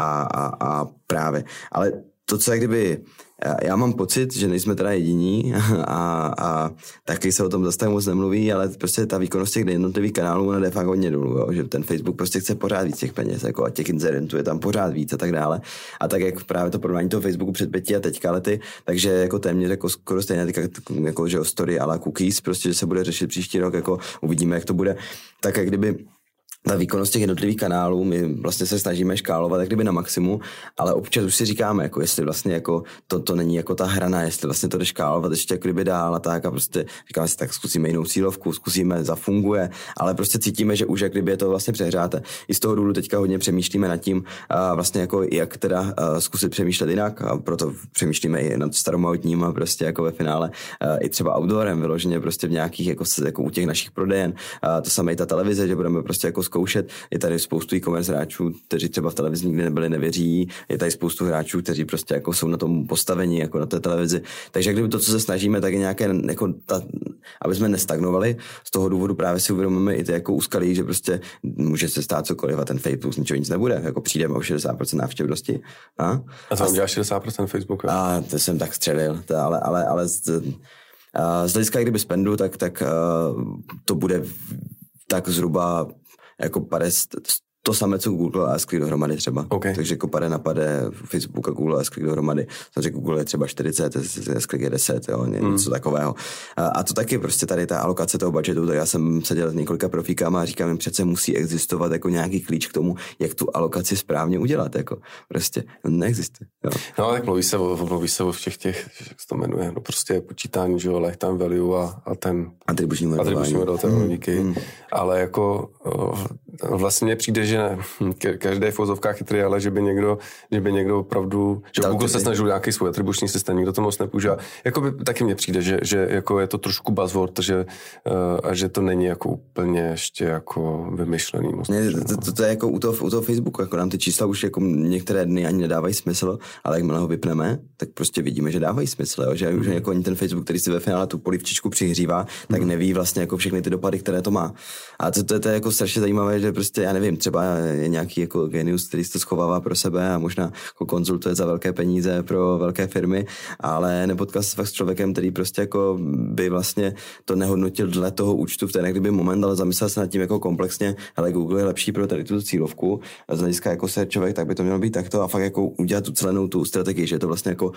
a právě, ale to, co jak kdyby, já mám pocit, že nejsme teda jediní a taky se o tom zase tak moc nemluví, ale prostě ta výkonnost těch jednotlivých kanálů ona jde fakt hodně dolů, jo? Že ten Facebook prostě chce pořád víc těch peněz, jako a těch inzerentů je tam pořád víc a tak dále. A tak jak právě to porovnání toho Facebooku před 5 a teďka lety, takže jako téměř jako skoro stejně jako že story a la cookies, prostě že se bude řešit příští rok, jako uvidíme, jak to bude, tak jak kdyby ta výkonnost těch jednotlivých kanálů, my vlastně se snažíme škálovat jak kdyby na maximum, ale občas už si říkáme, jako jestli vlastně jako to není jako ta hrana, jestli vlastně to jde škálovat ještě jako kdyby dál a tak a prostě říkáme si, tak zkusíme jinou cílovku, zkusíme, zafunguje, ale prostě cítíme, že už jak kdyby je to vlastně přehřáte. I z toho důvodu teďka hodně přemýšlíme nad tím, vlastně jako jak teda zkusit přemýšlet jinak a proto přemýšlíme i nad staromodním a prostě jako ve finále i třeba outdoorem vyloženě prostě v nějakých jako u těch našich prodejen. To samé i ta televize, že budeme prostě jako zkoušet. Je tady spoustu e-commerce hráčů, kteří třeba v televizi nikdy nebyli, nevěří. Je tady spoustu hráčů, kteří prostě jako jsou na tom postavení, jako na té televizi. Takže kdyby to, co se snažíme, tak je nějaké, jako aby jsme nestagnovali. Z toho důvodu právě si uvědomíme i ty jako úskalí, že prostě může se stát cokoliv a ten Facebook z ničeho nic nebude. Jako přijdeme o 60% návštěvnosti. A to vám dělá 60% Facebooku? A to jsem tak střelil, ale z hlediska kdyby spendu, tak to bude tak zhruba jako 50, to samé, co Google a S-Click dohromady třeba. Okay. Takže jako pade na pade Facebook a Google a S-Click dohromady. Takže Google je třeba 40, S-Click je 10, jo, něco takového. A to taky prostě tady ta alokace toho budgetu, tak já jsem seděl s několika profíkama a říkám jim, přece musí existovat jako nějaký klíč k tomu, jak tu alokaci správně udělat. Jako prostě neexistuje. Jo. No tak mluví se o všech těch, jak se to jmenuje, no prostě počítání, že jo, lifetime value a ten atribuční model té logiky. Ale jako vlastně mně přijde, že každý v vozovkách chytrý, ale že by někdo opravdu, že Google se snažil nějaký svůj atribuční systém, nikdo to moc nepoužívá. Jakoby taky mně přijde, že jako je to trošku buzzword, a že to není jako úplně ještě jako vymyšlený. To je jako u toho Facebooku, jako nám ty čísla už jako některé dny ani nedávají smysl, ale jakmile ho vypneme, tak prostě vidíme, že dávají smysl, jo? Že už jako ani ten Facebook, který si ve finále tu polivčičku přihřívá, tak neví vlastně jako všechny ty dopady, které to má. A to je jako strašně zajímavé, že prostě já nevím, třeba je nějaký jako genius, který si to schovává pro sebe a možná jako konzultuje za velké peníze pro velké firmy, ale nepotkal se fakt s člověkem, který prostě jako by vlastně to nehodnotil dle toho účtu v ten kdyby moment, ale zamyslel se nad tím jako komplexně, ale Google je lepší pro tady tu cílovku, z hlediska jako searchovek, tak by to mělo být takto a fakt jako udělat tu celou tu strategii, že je to vlastně jako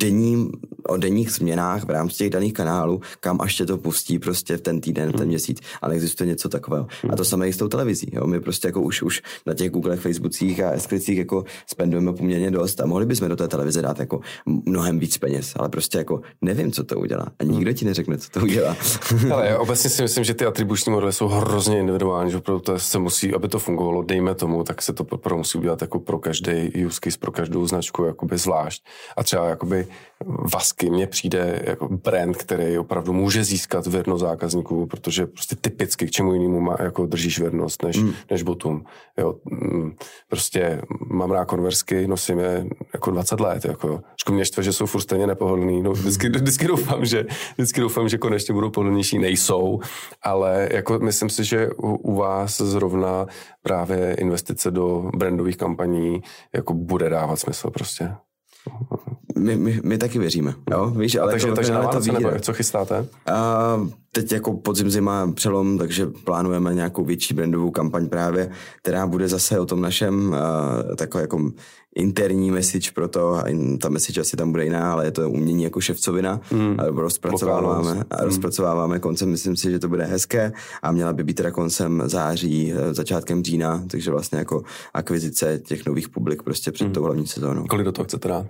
o denních změnách v rámci těch daných kanálů, kam až tě to pustí prostě v ten týden, v ten měsíc, ale existuje něco takového. A to samé i s tou televizí, jo? My prostě jako už na těch Googlech, Facebookcích a S-Clicích jako spendujeme poměrně dost a mohli bychom do té televize dát jako mnohem víc peněz, ale prostě jako nevím, co to udělá. A nikdo ti neřekne, co to udělá. Ale já obecně si myslím, že ty atribuční modely jsou hrozně individuální, že proto se musí, aby to fungovalo, dejme tomu, tak se to musí udělat jako pro každý use case, pro každou značku jakoby zvlášť. A třeba jakoby Vasky mně přijde jako brand, který opravdu může získat věrnost zákazníků, protože prostě typicky k čemu jinému jako držíš věrnost než botům. Jo, prostě mám rád Conversky, nosím je jako 20 let, jako. Mě štve, že jsou furt stejně nepohodlný. No, vždycky doufám, že konečně budou pohodlnější, nejsou, ale jako myslím si, že u vás zrovna právě investice do brandových kampaní jako bude dávat smysl prostě. My taky věříme, jo, víš, ale takže na Vánoce nebo co chystáte? Teď jako podzim zima přelom, takže plánujeme nějakou větší brandovou kampaň právě, která bude zase o tom našem takový jako interní message pro to, a ta message asi tam bude jiná, ale je to umění jako ševcovina, rozpracováváme koncem, myslím si, že to bude hezké a měla by být teda koncem září, začátkem října, takže vlastně jako akvizice těch nových publik prostě před tou hlavní sezónou. Kolik do toho chcete dát?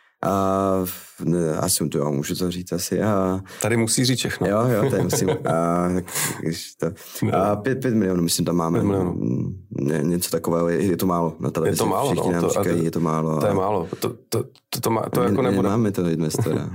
Asi to můžu to říct asi. Tady musí říct všechno. Jo, tady musím. 5 milionů, myslím, tam máme. 5 milionů. Něco takového, je to málo na televizi. Je to málo, všichni nám říkají, je to málo. To je málo. To jako nebude. Nemáme to investora.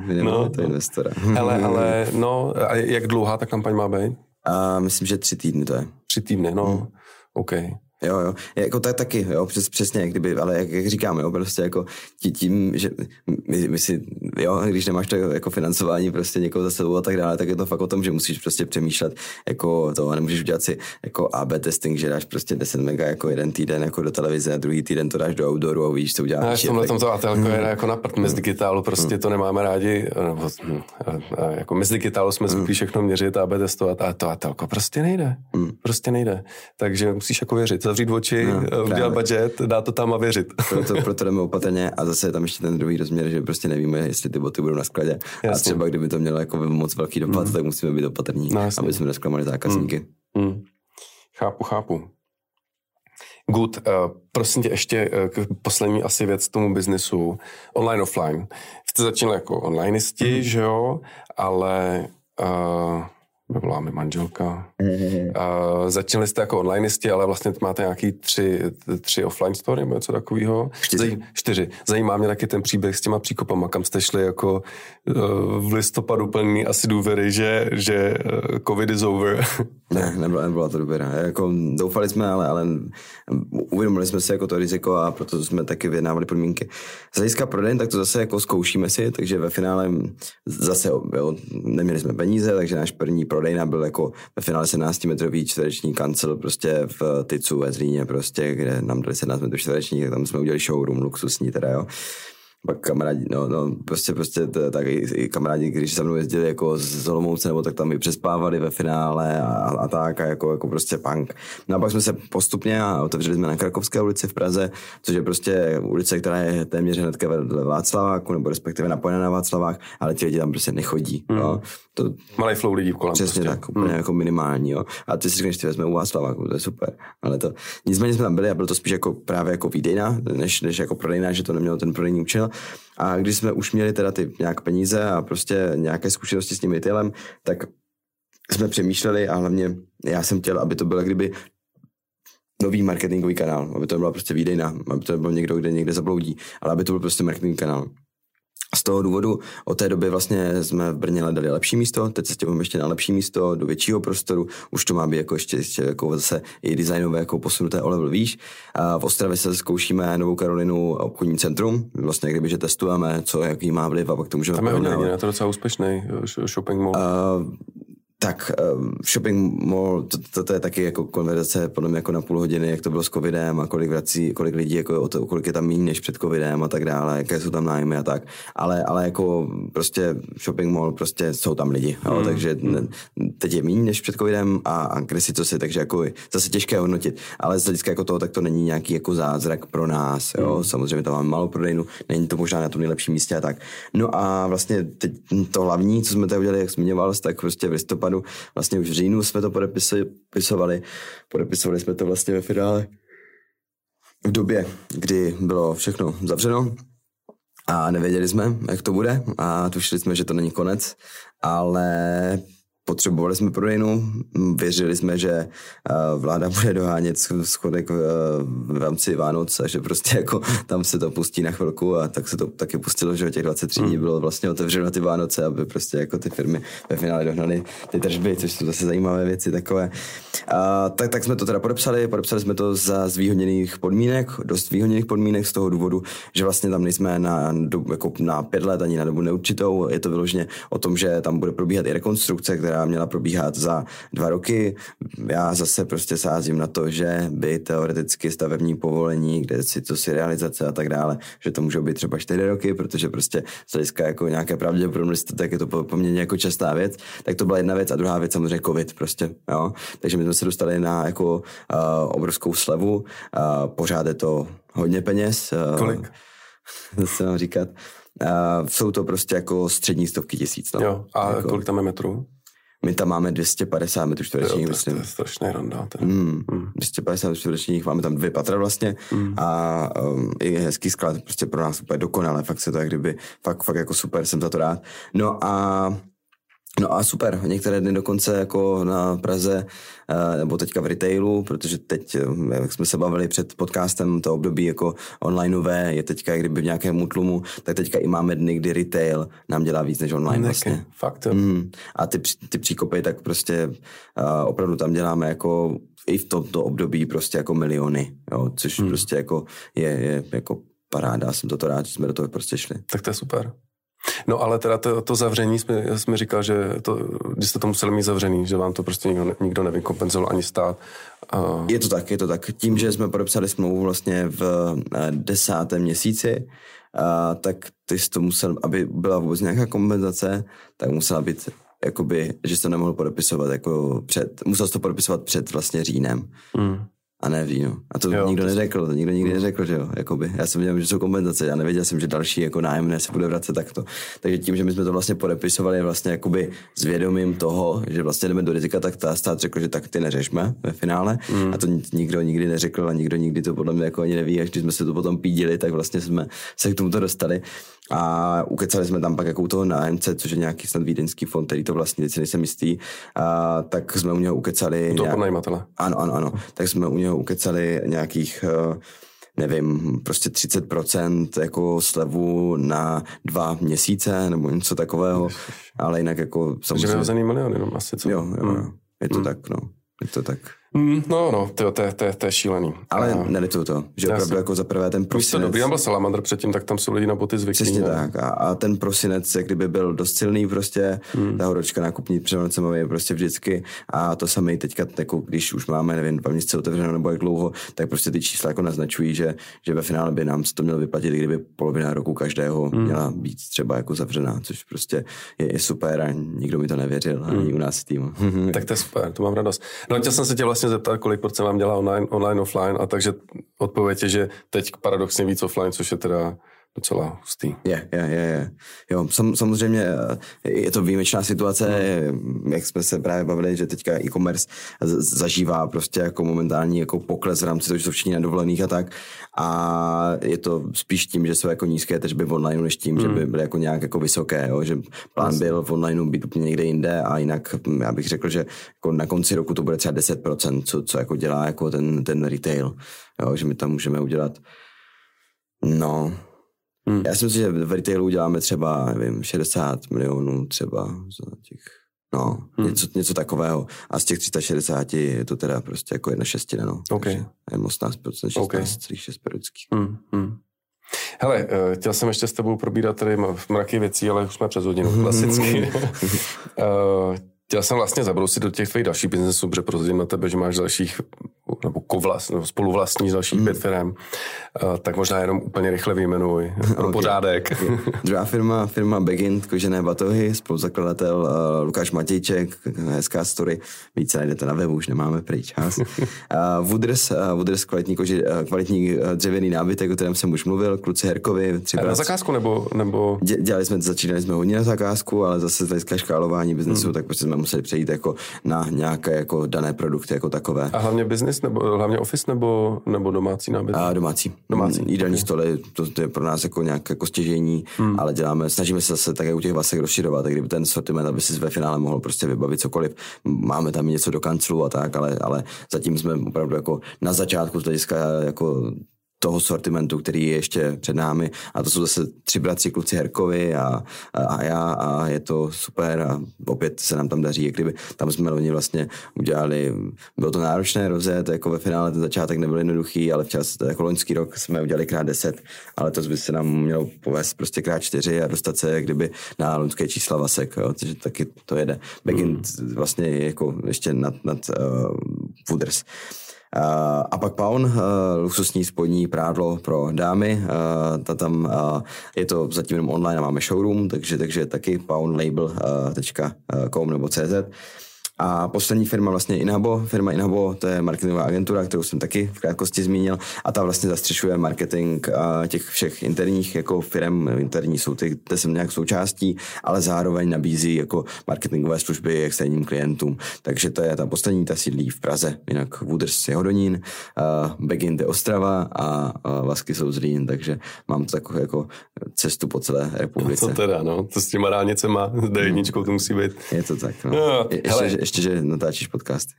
Ale no, a jak dlouhá ta kampaň má být? Myslím, že 3 týdny to je. 3 týdny, no, OK. Jo, jako taky, jo, přesně, kdyby, ale jak říkáme, jo, prostě jako tím, že my si, jo, když nemáš to jako financování prostě někoho za sebou a tak dále, tak je to fakt o tom, že musíš prostě přemýšlet jako to, a nemůžeš udělat si jako AB testing, že dáš prostě 10 mega jako jeden týden jako do televize a druhý týden to dáš do outdooru a víš, co uděláš. No, v tomto ATLko je jako na prd, my z digitálu prostě to nemáme rádi, jako my z digitálu jsme zvyklí všechno měřit a AB testovat a to ATLko prostě nejde, takže musíš jako věřit. Zavřít oči, udělat budget, dát to tam a věřit. Proto jdeme opatrně a zase je tam ještě ten druhý rozměr, že prostě nevíme, jestli ty boty budou na skladě. Jasně. A třeba kdyby to mělo jako moc velký dopad, tak musíme být opatrní, aby jsme nesklamali zákazníky. Chápu. Good. Prosím tě ještě poslední asi věc k tomu biznesu. Online, offline. Jste začínali jako onlineisti, že jo, ale... Volá mi manželka. Začínali jste jako onlineisti, ale vlastně máte nějaký 3 offline story nebo něco takového? 4. Zajímá mě taky ten příběh s těma příkopama, kam jste šli jako v listopadu plný asi důvěry, že covid is over. Ne, nebyla to důvěra. Jako, doufali jsme, ale uvědomili jsme si jako to riziko a proto jsme taky vyjednávali podmínky. Z hlediska prodejen, tak to zase jako zkoušíme si, takže ve finále zase neměli jsme peníze, takže náš první prodejna byl jako ve finále 17-metrový čtvereční kancel prostě v Tycu ve Zlíně prostě, kde nám dali 17 metrů čtvereční, tak tam jsme udělali showroom luxusní teda, jo. Pak kamarádi, prostě tak i kamarádi, když se mnou jezdili jako z Olomouce, nebo tak tam i přespávali ve finále a tak a jako prostě punk. No a pak jsme se postupně a otevřeli jsme na Krakovské ulici v Praze, což je prostě ulice, která je téměř hnedka vedle Václaváku, nebo respektive napojená na Václavák, ale ti lidi tam prostě nechodí. Jo. Malý flow lidí kolem. Přesně prostě. tak, úplně jako minimální. Jo. A ty si řekneš, ty vezme u Václaváku, to je super. Ale to, nicméně jsme tam byli a bylo to spíš jako právě jako výdejna, než jako prodejna, že to nemělo ten prodejní účel. A když jsme už měli teda ty nějaké peníze a prostě nějaké zkušenosti s tím retailem, tak jsme přemýšleli a hlavně já jsem chtěl, aby to bylo kdyby nový marketingový kanál, aby to byla prostě výdejna, aby to byl někdo, kde někde zabloudí, ale aby to byl prostě marketingový kanál. Z toho důvodu od té doby vlastně jsme v Brně hledali lepší místo, teď se stěhujeme ještě na lepší místo, do většího prostoru, už to má být jako ještě jako zase i designové jako posunuté o level výš. A v Ostravě se zkoušíme Novou Karolinu obchodní centrum, vlastně kdyby, že testujeme, co, jaký má vliv a pak to můžeme tam je hodně, to docela úspěšný shopping mall. Tak shopping mall, to je taky jako konverzace podle mě jako na půl hodiny, jak to bylo s covidem a kolik lidí, jako kolik je tam méně než před covidem a tak dále, jaké jsou tam nájmy a tak, ale jako prostě shopping mall, prostě jsou tam lidi, jo, takže teď je méně než před covidem a kresí to si, takže jako zase těžké hodnotit, ale z hlediska jako toho, tak to není nějaký jako zázrak pro nás, jo, samozřejmě tam máme malou prodejnu, není to možná na tom nejlepším místě a tak. No a vlastně teď to hlavní, co jsme tady udělali, jak zmiňoval, tak prostě v listopadu, vlastně už v říjnu jsme to podepisovali jsme to vlastně ve finále v době, kdy bylo všechno zavřeno a nevěděli jsme, jak to bude a tušili jsme, že to není konec, ale potřebovali jsme prodejnu, věřili jsme, že vláda bude dohánět schodek v rámci Vánoc a že prostě jako tam se to pustí na chvilku a tak se to taky pustilo, že těch 23 dní bylo vlastně otevřeno ty Vánoce, aby prostě jako ty firmy ve finále dohnaly ty tržby, což jsou zase zajímavé věci takové. Tak jsme to teda podepsali jsme to za zvýhodněných podmínek, dost zvýhodněných podmínek z toho důvodu, že vlastně tam nejsme na 5 let ani na dobu neurčitou, je to vyloženě o tom, že tam bude probíhat i rekonstrukce, která která měla probíhat za 2 roky. Já zase prostě sázím na to, že by teoreticky stavební povolení, kde si realizace a tak dále, že to můžou být třeba 4 roky, protože prostě z hlediska jako nějaké pravděpodobnosti, tak je to poměrně jako častá věc. Tak to byla jedna věc a druhá věc samozřejmě covid prostě, jo. Takže my jsme se dostali na jako obrovskou slevu, pořád je to hodně peněz. Kolik? Zase mám říkat. Jsou to prostě jako střední stovky tisíc. No. Jo, a jako, kolik tam je metrů? My tam máme 250 metrů čtverečních, myslím. To je strašný randa. 250 metrů čtverečních, máme tam 2 patra vlastně a je hezký sklad, prostě pro nás úplně dokonale, fakt se to jak kdyby, fakt jako super, jsem za to rád. No a super, některé dny dokonce jako na Praze, nebo teďka v retailu, protože teď, jak jsme se bavili před podcastem, to období jako onlineové je teďka jak kdyby v nějakém útlumu, tak teďka i máme dny, kdy retail nám dělá víc než online vlastně. Fakt. A ty příkopy, tak prostě opravdu tam děláme jako i v tomto období prostě jako miliony, jo, což prostě jako je jako paráda, jsem toto rád, že jsme do toho prostě šli. Tak to je super. No ale teda to zavření, jsme říkal, že když jste to museli mít zavřený, že vám to prostě nikdo nevykompenzoval ani stát. Je to tak. Tím, že jsme podepsali smlouvu vlastně v 10. měsíci, tak ty jsi to musel, aby byla vůbec nějaká kompenzace, tak musela být jakoby, že jsi to nemohl podepisovat jako musel jsi to podepisovat před vlastně říjnem. A ne v říjnu. A to nikdo neřekl, to nikdo nikdy neřekl, že jo, jakoby. Já jsem věděl, že jsou kompenzace, já nevěděl jsem, že další jako nájemné se bude vracet takto. Takže tím, že my jsme to vlastně podepisovali vlastně jakoby s vědomím toho, že vlastně jdeme do rizika, tak ta stát řekl, že tak ty neřešme ve finále. A to nikdo nikdy neřekl a nikdo nikdy to podle mě jako ani neví, až když jsme se to potom pídili, tak vlastně jsme se k tomuto dostali. A ukecali jsme tam pak jako u toho nájemce, což je nějaký snad vídeňský fond, který to vlastně teď si nejsem jistý, tak jsme u něho ukecali... U toho pronajímatele. Ano. Tak jsme u něho ukecali nějakých, nevím, prostě 30% jako slevu na 2 měsíce, nebo něco takového, ale jinak jako... Takže vyhozený milion jenom asi, co? Jo. Je to tak, no. Je to tak. No, to je šílený. Ale nelituju to, že opravdu jako za prvé ten prosinec... Víš to dobrý, byl Salamander předtím, tak tam jsou lidi na boty zvyklí. Přesně tak. A ten prosinec, kdyby byl dost silný prostě, ta horečka nákupní před Vánocemi je prostě vždycky a to samé teďka, jako když už máme, nevím, 2 měsíce otevřeno nebo jak dlouho, tak prostě ty čísla jako naznačují, že ve finále by nám to mělo vyplatit, kdyby polovina roku každého měla být třeba jako zavřená, což prostě je super a nikdo mi to nevěřil, ani u nás v týmu. Tak to je super, to mám radost. No, chtěl jsem se tě vlastně zeptat, kolik procent vám dělá online, offline, a takže odpověď je, že teď paradoxně víc offline, což je teda docela hustý. Je. Jo, samozřejmě je to výjimečná situace, jak jsme se právě bavili, že teďka e-commerce zažívá prostě jako momentální jako pokles v rámci toho, že jsou všichni na dovolených a tak. A je to spíš tím, že jsou jako nízké tržby v online, než tím, že by byly jako nějak jako vysoké, jo? Že plán byl v online být úplně někde jinde a jinak já bych řekl, že jako na konci roku to bude třeba 10%, co jako dělá jako ten retail, jo? Že my tam můžeme udělat já si myslím, že v retailu děláme třeba, nevím, 60 milionů třeba za těch, něco takového. A z těch 360 je to teda prostě jako 1/6, no. Okay. Je 18%, 16,6 periodický. Hele, chtěl jsem ještě s tebou probírat tady mraky věcí, ale už jsme přes hodinu, klasicky. Chtěl jsem vlastně zabrousit do těch tvých dalších biznesů, protože prozradím na tebe, že máš dalších, nebo spoluvlastní dalších 5 firem, tak možná jenom úplně rychle vyjmenuj pro pořádek. Druhá firma Begin, kožené batohy, spoluzakladatel Lukáš Matějček, hezká story, více najdete na webu, už nemáme pryč. Wooders kvalitní dřevěný nábytek, o kterém jsem už mluvil, kluci Herkovi. Na zakázku nebo? Začínali jsme hodně na zakázku, ale zase z hlediska škálování biznesu, tak prostě jsme museli přejít jako na nějaké jako dané produkty jako takové. A hlavně business, nebo hlavně office, nebo domácí nábytek? Domácí. Jídelní stoly, to je pro nás jako nějaké jako stěžení, ale snažíme se zase také u těch vasek rozširovat, tak kdyby ten sortiment, aby si ve finále mohl prostě vybavit cokoliv. Máme tam něco do kanclu a tak, ale zatím jsme opravdu jako na začátku z hlediska jako toho sortimentu, který je ještě před námi. A to jsou zase 3 bratři, kluci Herkovi a já a je to super a opět se nám tam daří, jak kdyby tam jsme loni vlastně udělali, bylo to náročné rozjet, jako ve finále ten začátek nebyl jednoduchý, ale včas, jako loňský rok jsme udělali krát 10, ale to by se nám mělo povést prostě krát 4 a dostat se jak kdyby na loňské čísla Vasek, jo, takže taky to jede. Backend vlastně jako ještě nad Wooders. A pak Pawn, luxusní spodní prádlo pro dámy, tam je to zatím jenom online a máme showroom, takže taky pawnlabel.com nebo CZ. A poslední firma vlastně firma Inhabo, to je marketingová agentura, kterou jsem taky v krátkosti zmínil a ta vlastně zastřešuje marketing těch všech interních jako firm, interní jsou ty jsem nějak součástí, ale zároveň nabízí jako marketingové služby externím klientům. Takže to je ta poslední, ta sídlí v Praze, jinak Wooders je Hodonín, Begint je Ostrava a Vasky jsou Zlín, takže mám to takovou jako cestu po celé republice. Co teda, no? To s těma dálnicema, D1 to musí být. Je to tak, no. Ještě, že natáčíš podcasty.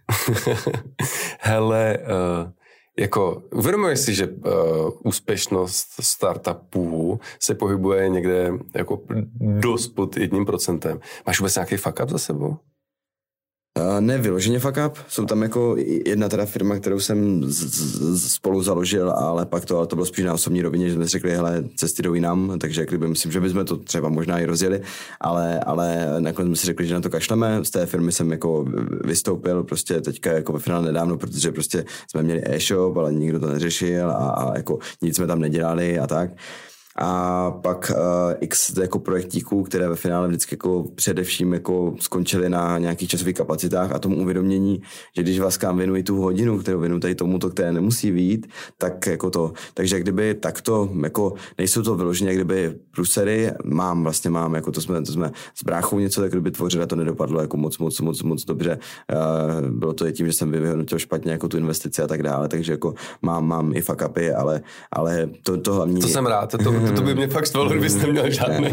Hele, jako uvědomuješ si, že úspěšnost startupů se pohybuje někde jako dost pod 1%. Máš vůbec nějaký fuck up za sebou? Ne vyloženě fuck up, jsou tam jako jedna teda firma, kterou jsem spolu založil, ale pak to bylo spíš na osobní rovině, že jsme si řekli, hele, cesty jdou jinam, takže kdyby myslím, že bychom to třeba možná i rozjeli, ale nakonec jsme si řekli, že na to kašleme, z té firmy jsem jako vystoupil prostě teďka jako ve finále nedávno, protože prostě jsme měli e-shop, ale nikdo to neřešil a jako nic jsme tam nedělali a tak. A pak x jako projektíků, které ve finále vždycky jako především jako skončily na nějakých časových kapacitách a tomu uvědomění, že když Vaskám věnuji tu hodinu, kterou věnuji tady tomuto, které nemusí vyjít, tak jako to. Takže kdyby takto, jako nejsou to vyloženě, kdyby průsery, mám, jako to jsme s bráchou něco, tak kdyby tvořili, to nedopadlo jako moc dobře. Bylo to i tím, že jsem vyhodnotil špatně jako tu investici a tak dále, takže jako mám i fuck upy, ale to hlavní. To jsem rád, to by mě fakt štvalo, kdybyste neměl žádný.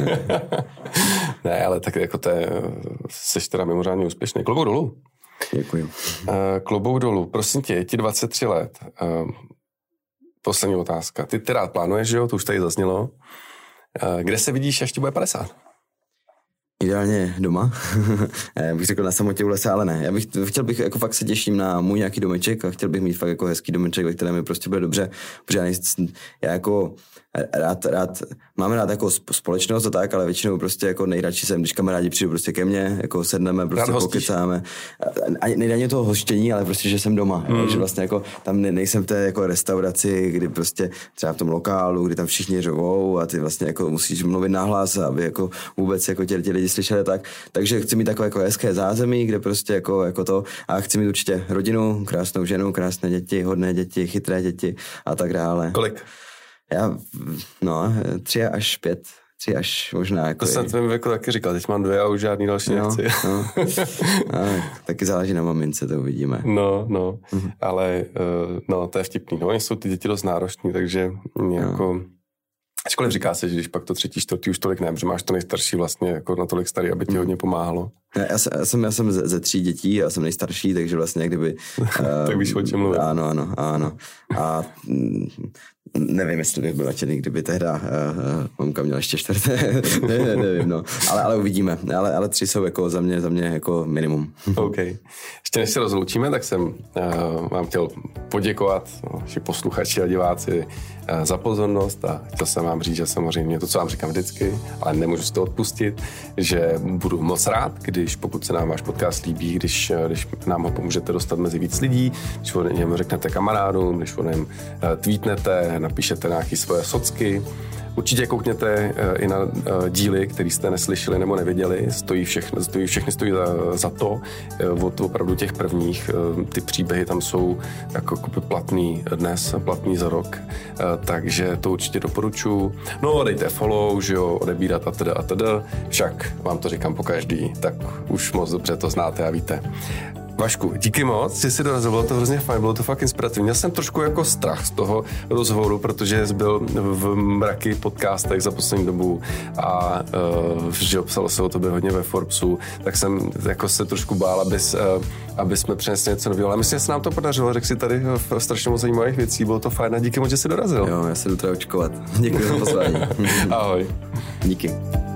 Ne, ale tak jako seš teda mimořádně úspěšný. Klobouk dolů. Děkuji. Klobouk dolů. Prosím tě, je ti 23 let. Poslední otázka. Ty rád plánuješ, že jo? To už tady zaznělo. Kde se vidíš, až ti bude 50? Ideálně doma. Bych řekl na samotě u lesa, ale ne. Chtěl bych, jako fakt se těším na můj nějaký domeček a chtěl bych mít fakt jako hezký domeček, ve kterém mi prostě bude dobře, protože já jako mám rád jako společnost a tak, ale většinou prostě jako nejradši jsem, když kamarádi přijdou prostě ke mně, jako sedneme, prostě pokecáme. A nejde toho hoštění, ale prostě, že jsem doma. Že vlastně jako tam nejsem v té jako restauraci, kdy prostě třeba v tom lokálu, kdy tam všichni řovou a ty vlastně jako musíš mluvit nahlas, aby jako vůbec jako tě lidi slyšeli tak. Takže chci mít takové jako hezké zázemí, kde prostě jako to a chci mít určitě rodinu, krásnou ženu, krásné děti, hodné děti, chytré děti a tak dále. Kolik? 3 až 5. 3 až možná. Jako to jsem tvém věku taky říkal, teď mám 2 a už žádný další nechci. Taky záleží na mamince, to uvidíme. Ale to je vtipný. No, jsou ty děti dost náročný, takže jako... Ačkoliv říká se, že když pak to 3., 4. už tolik ne, protože máš to nejstarší vlastně jako natolik starý, aby ti hodně pomáhalo. Já jsem ze 3 dětí, já jsem nejstarší, takže vlastně kdyby... tak víš, o čem mluvit. Ano. A nevím, jestli bych byl nadšený, kdyby tehda mamka měla ještě 4. nevím, no. Ale uvidíme. Ale 3 jsou jako za mě jako minimum. OK. Ještě než se rozloučíme, tak jsem vám chtěl poděkovat naši posluchači a diváci za pozornost a chtěl jsem vám říct, že samozřejmě to, co vám říkám vždycky, ale nemůžu si to odpustit, že budu moc rád, když pokud se nám váš podcast líbí, když nám ho pomůžete dostat mezi víc lidí, když o něm řeknete kamarádům, když o něm tweetnete, napíšete nějaké svoje socky. Určitě koukněte i na díly, které jste neslyšeli nebo nevěděli. Všechny stojí za to. Od opravdu těch prvních. Ty příběhy tam jsou jako platný dnes, platný za rok. Takže to určitě doporučuji. No, dejte follow, že jo, odebírat atd. Však vám to říkám po každý, tak už moc dobře to znáte a víte. Vašku, díky moc, že jsi dorazil, bylo to hrozně fajn, bylo to fakt inspirativní. Měl jsem trošku jako strach z toho rozhovoru, protože jsi byl v mraky podcastech za poslední dobu a že psalo se o tobě hodně ve Forbesu, tak jsem jako se trošku bál, aby jsme přinesli něco nového. Ale myslím, že se nám to podařilo, řekl si tady strašně moc zajímavých věcí, bylo to fajn a díky moc, že jsi dorazil. Jo, já se jdu teda očkovat. Děkuji za pozvání. Ahoj. Díky.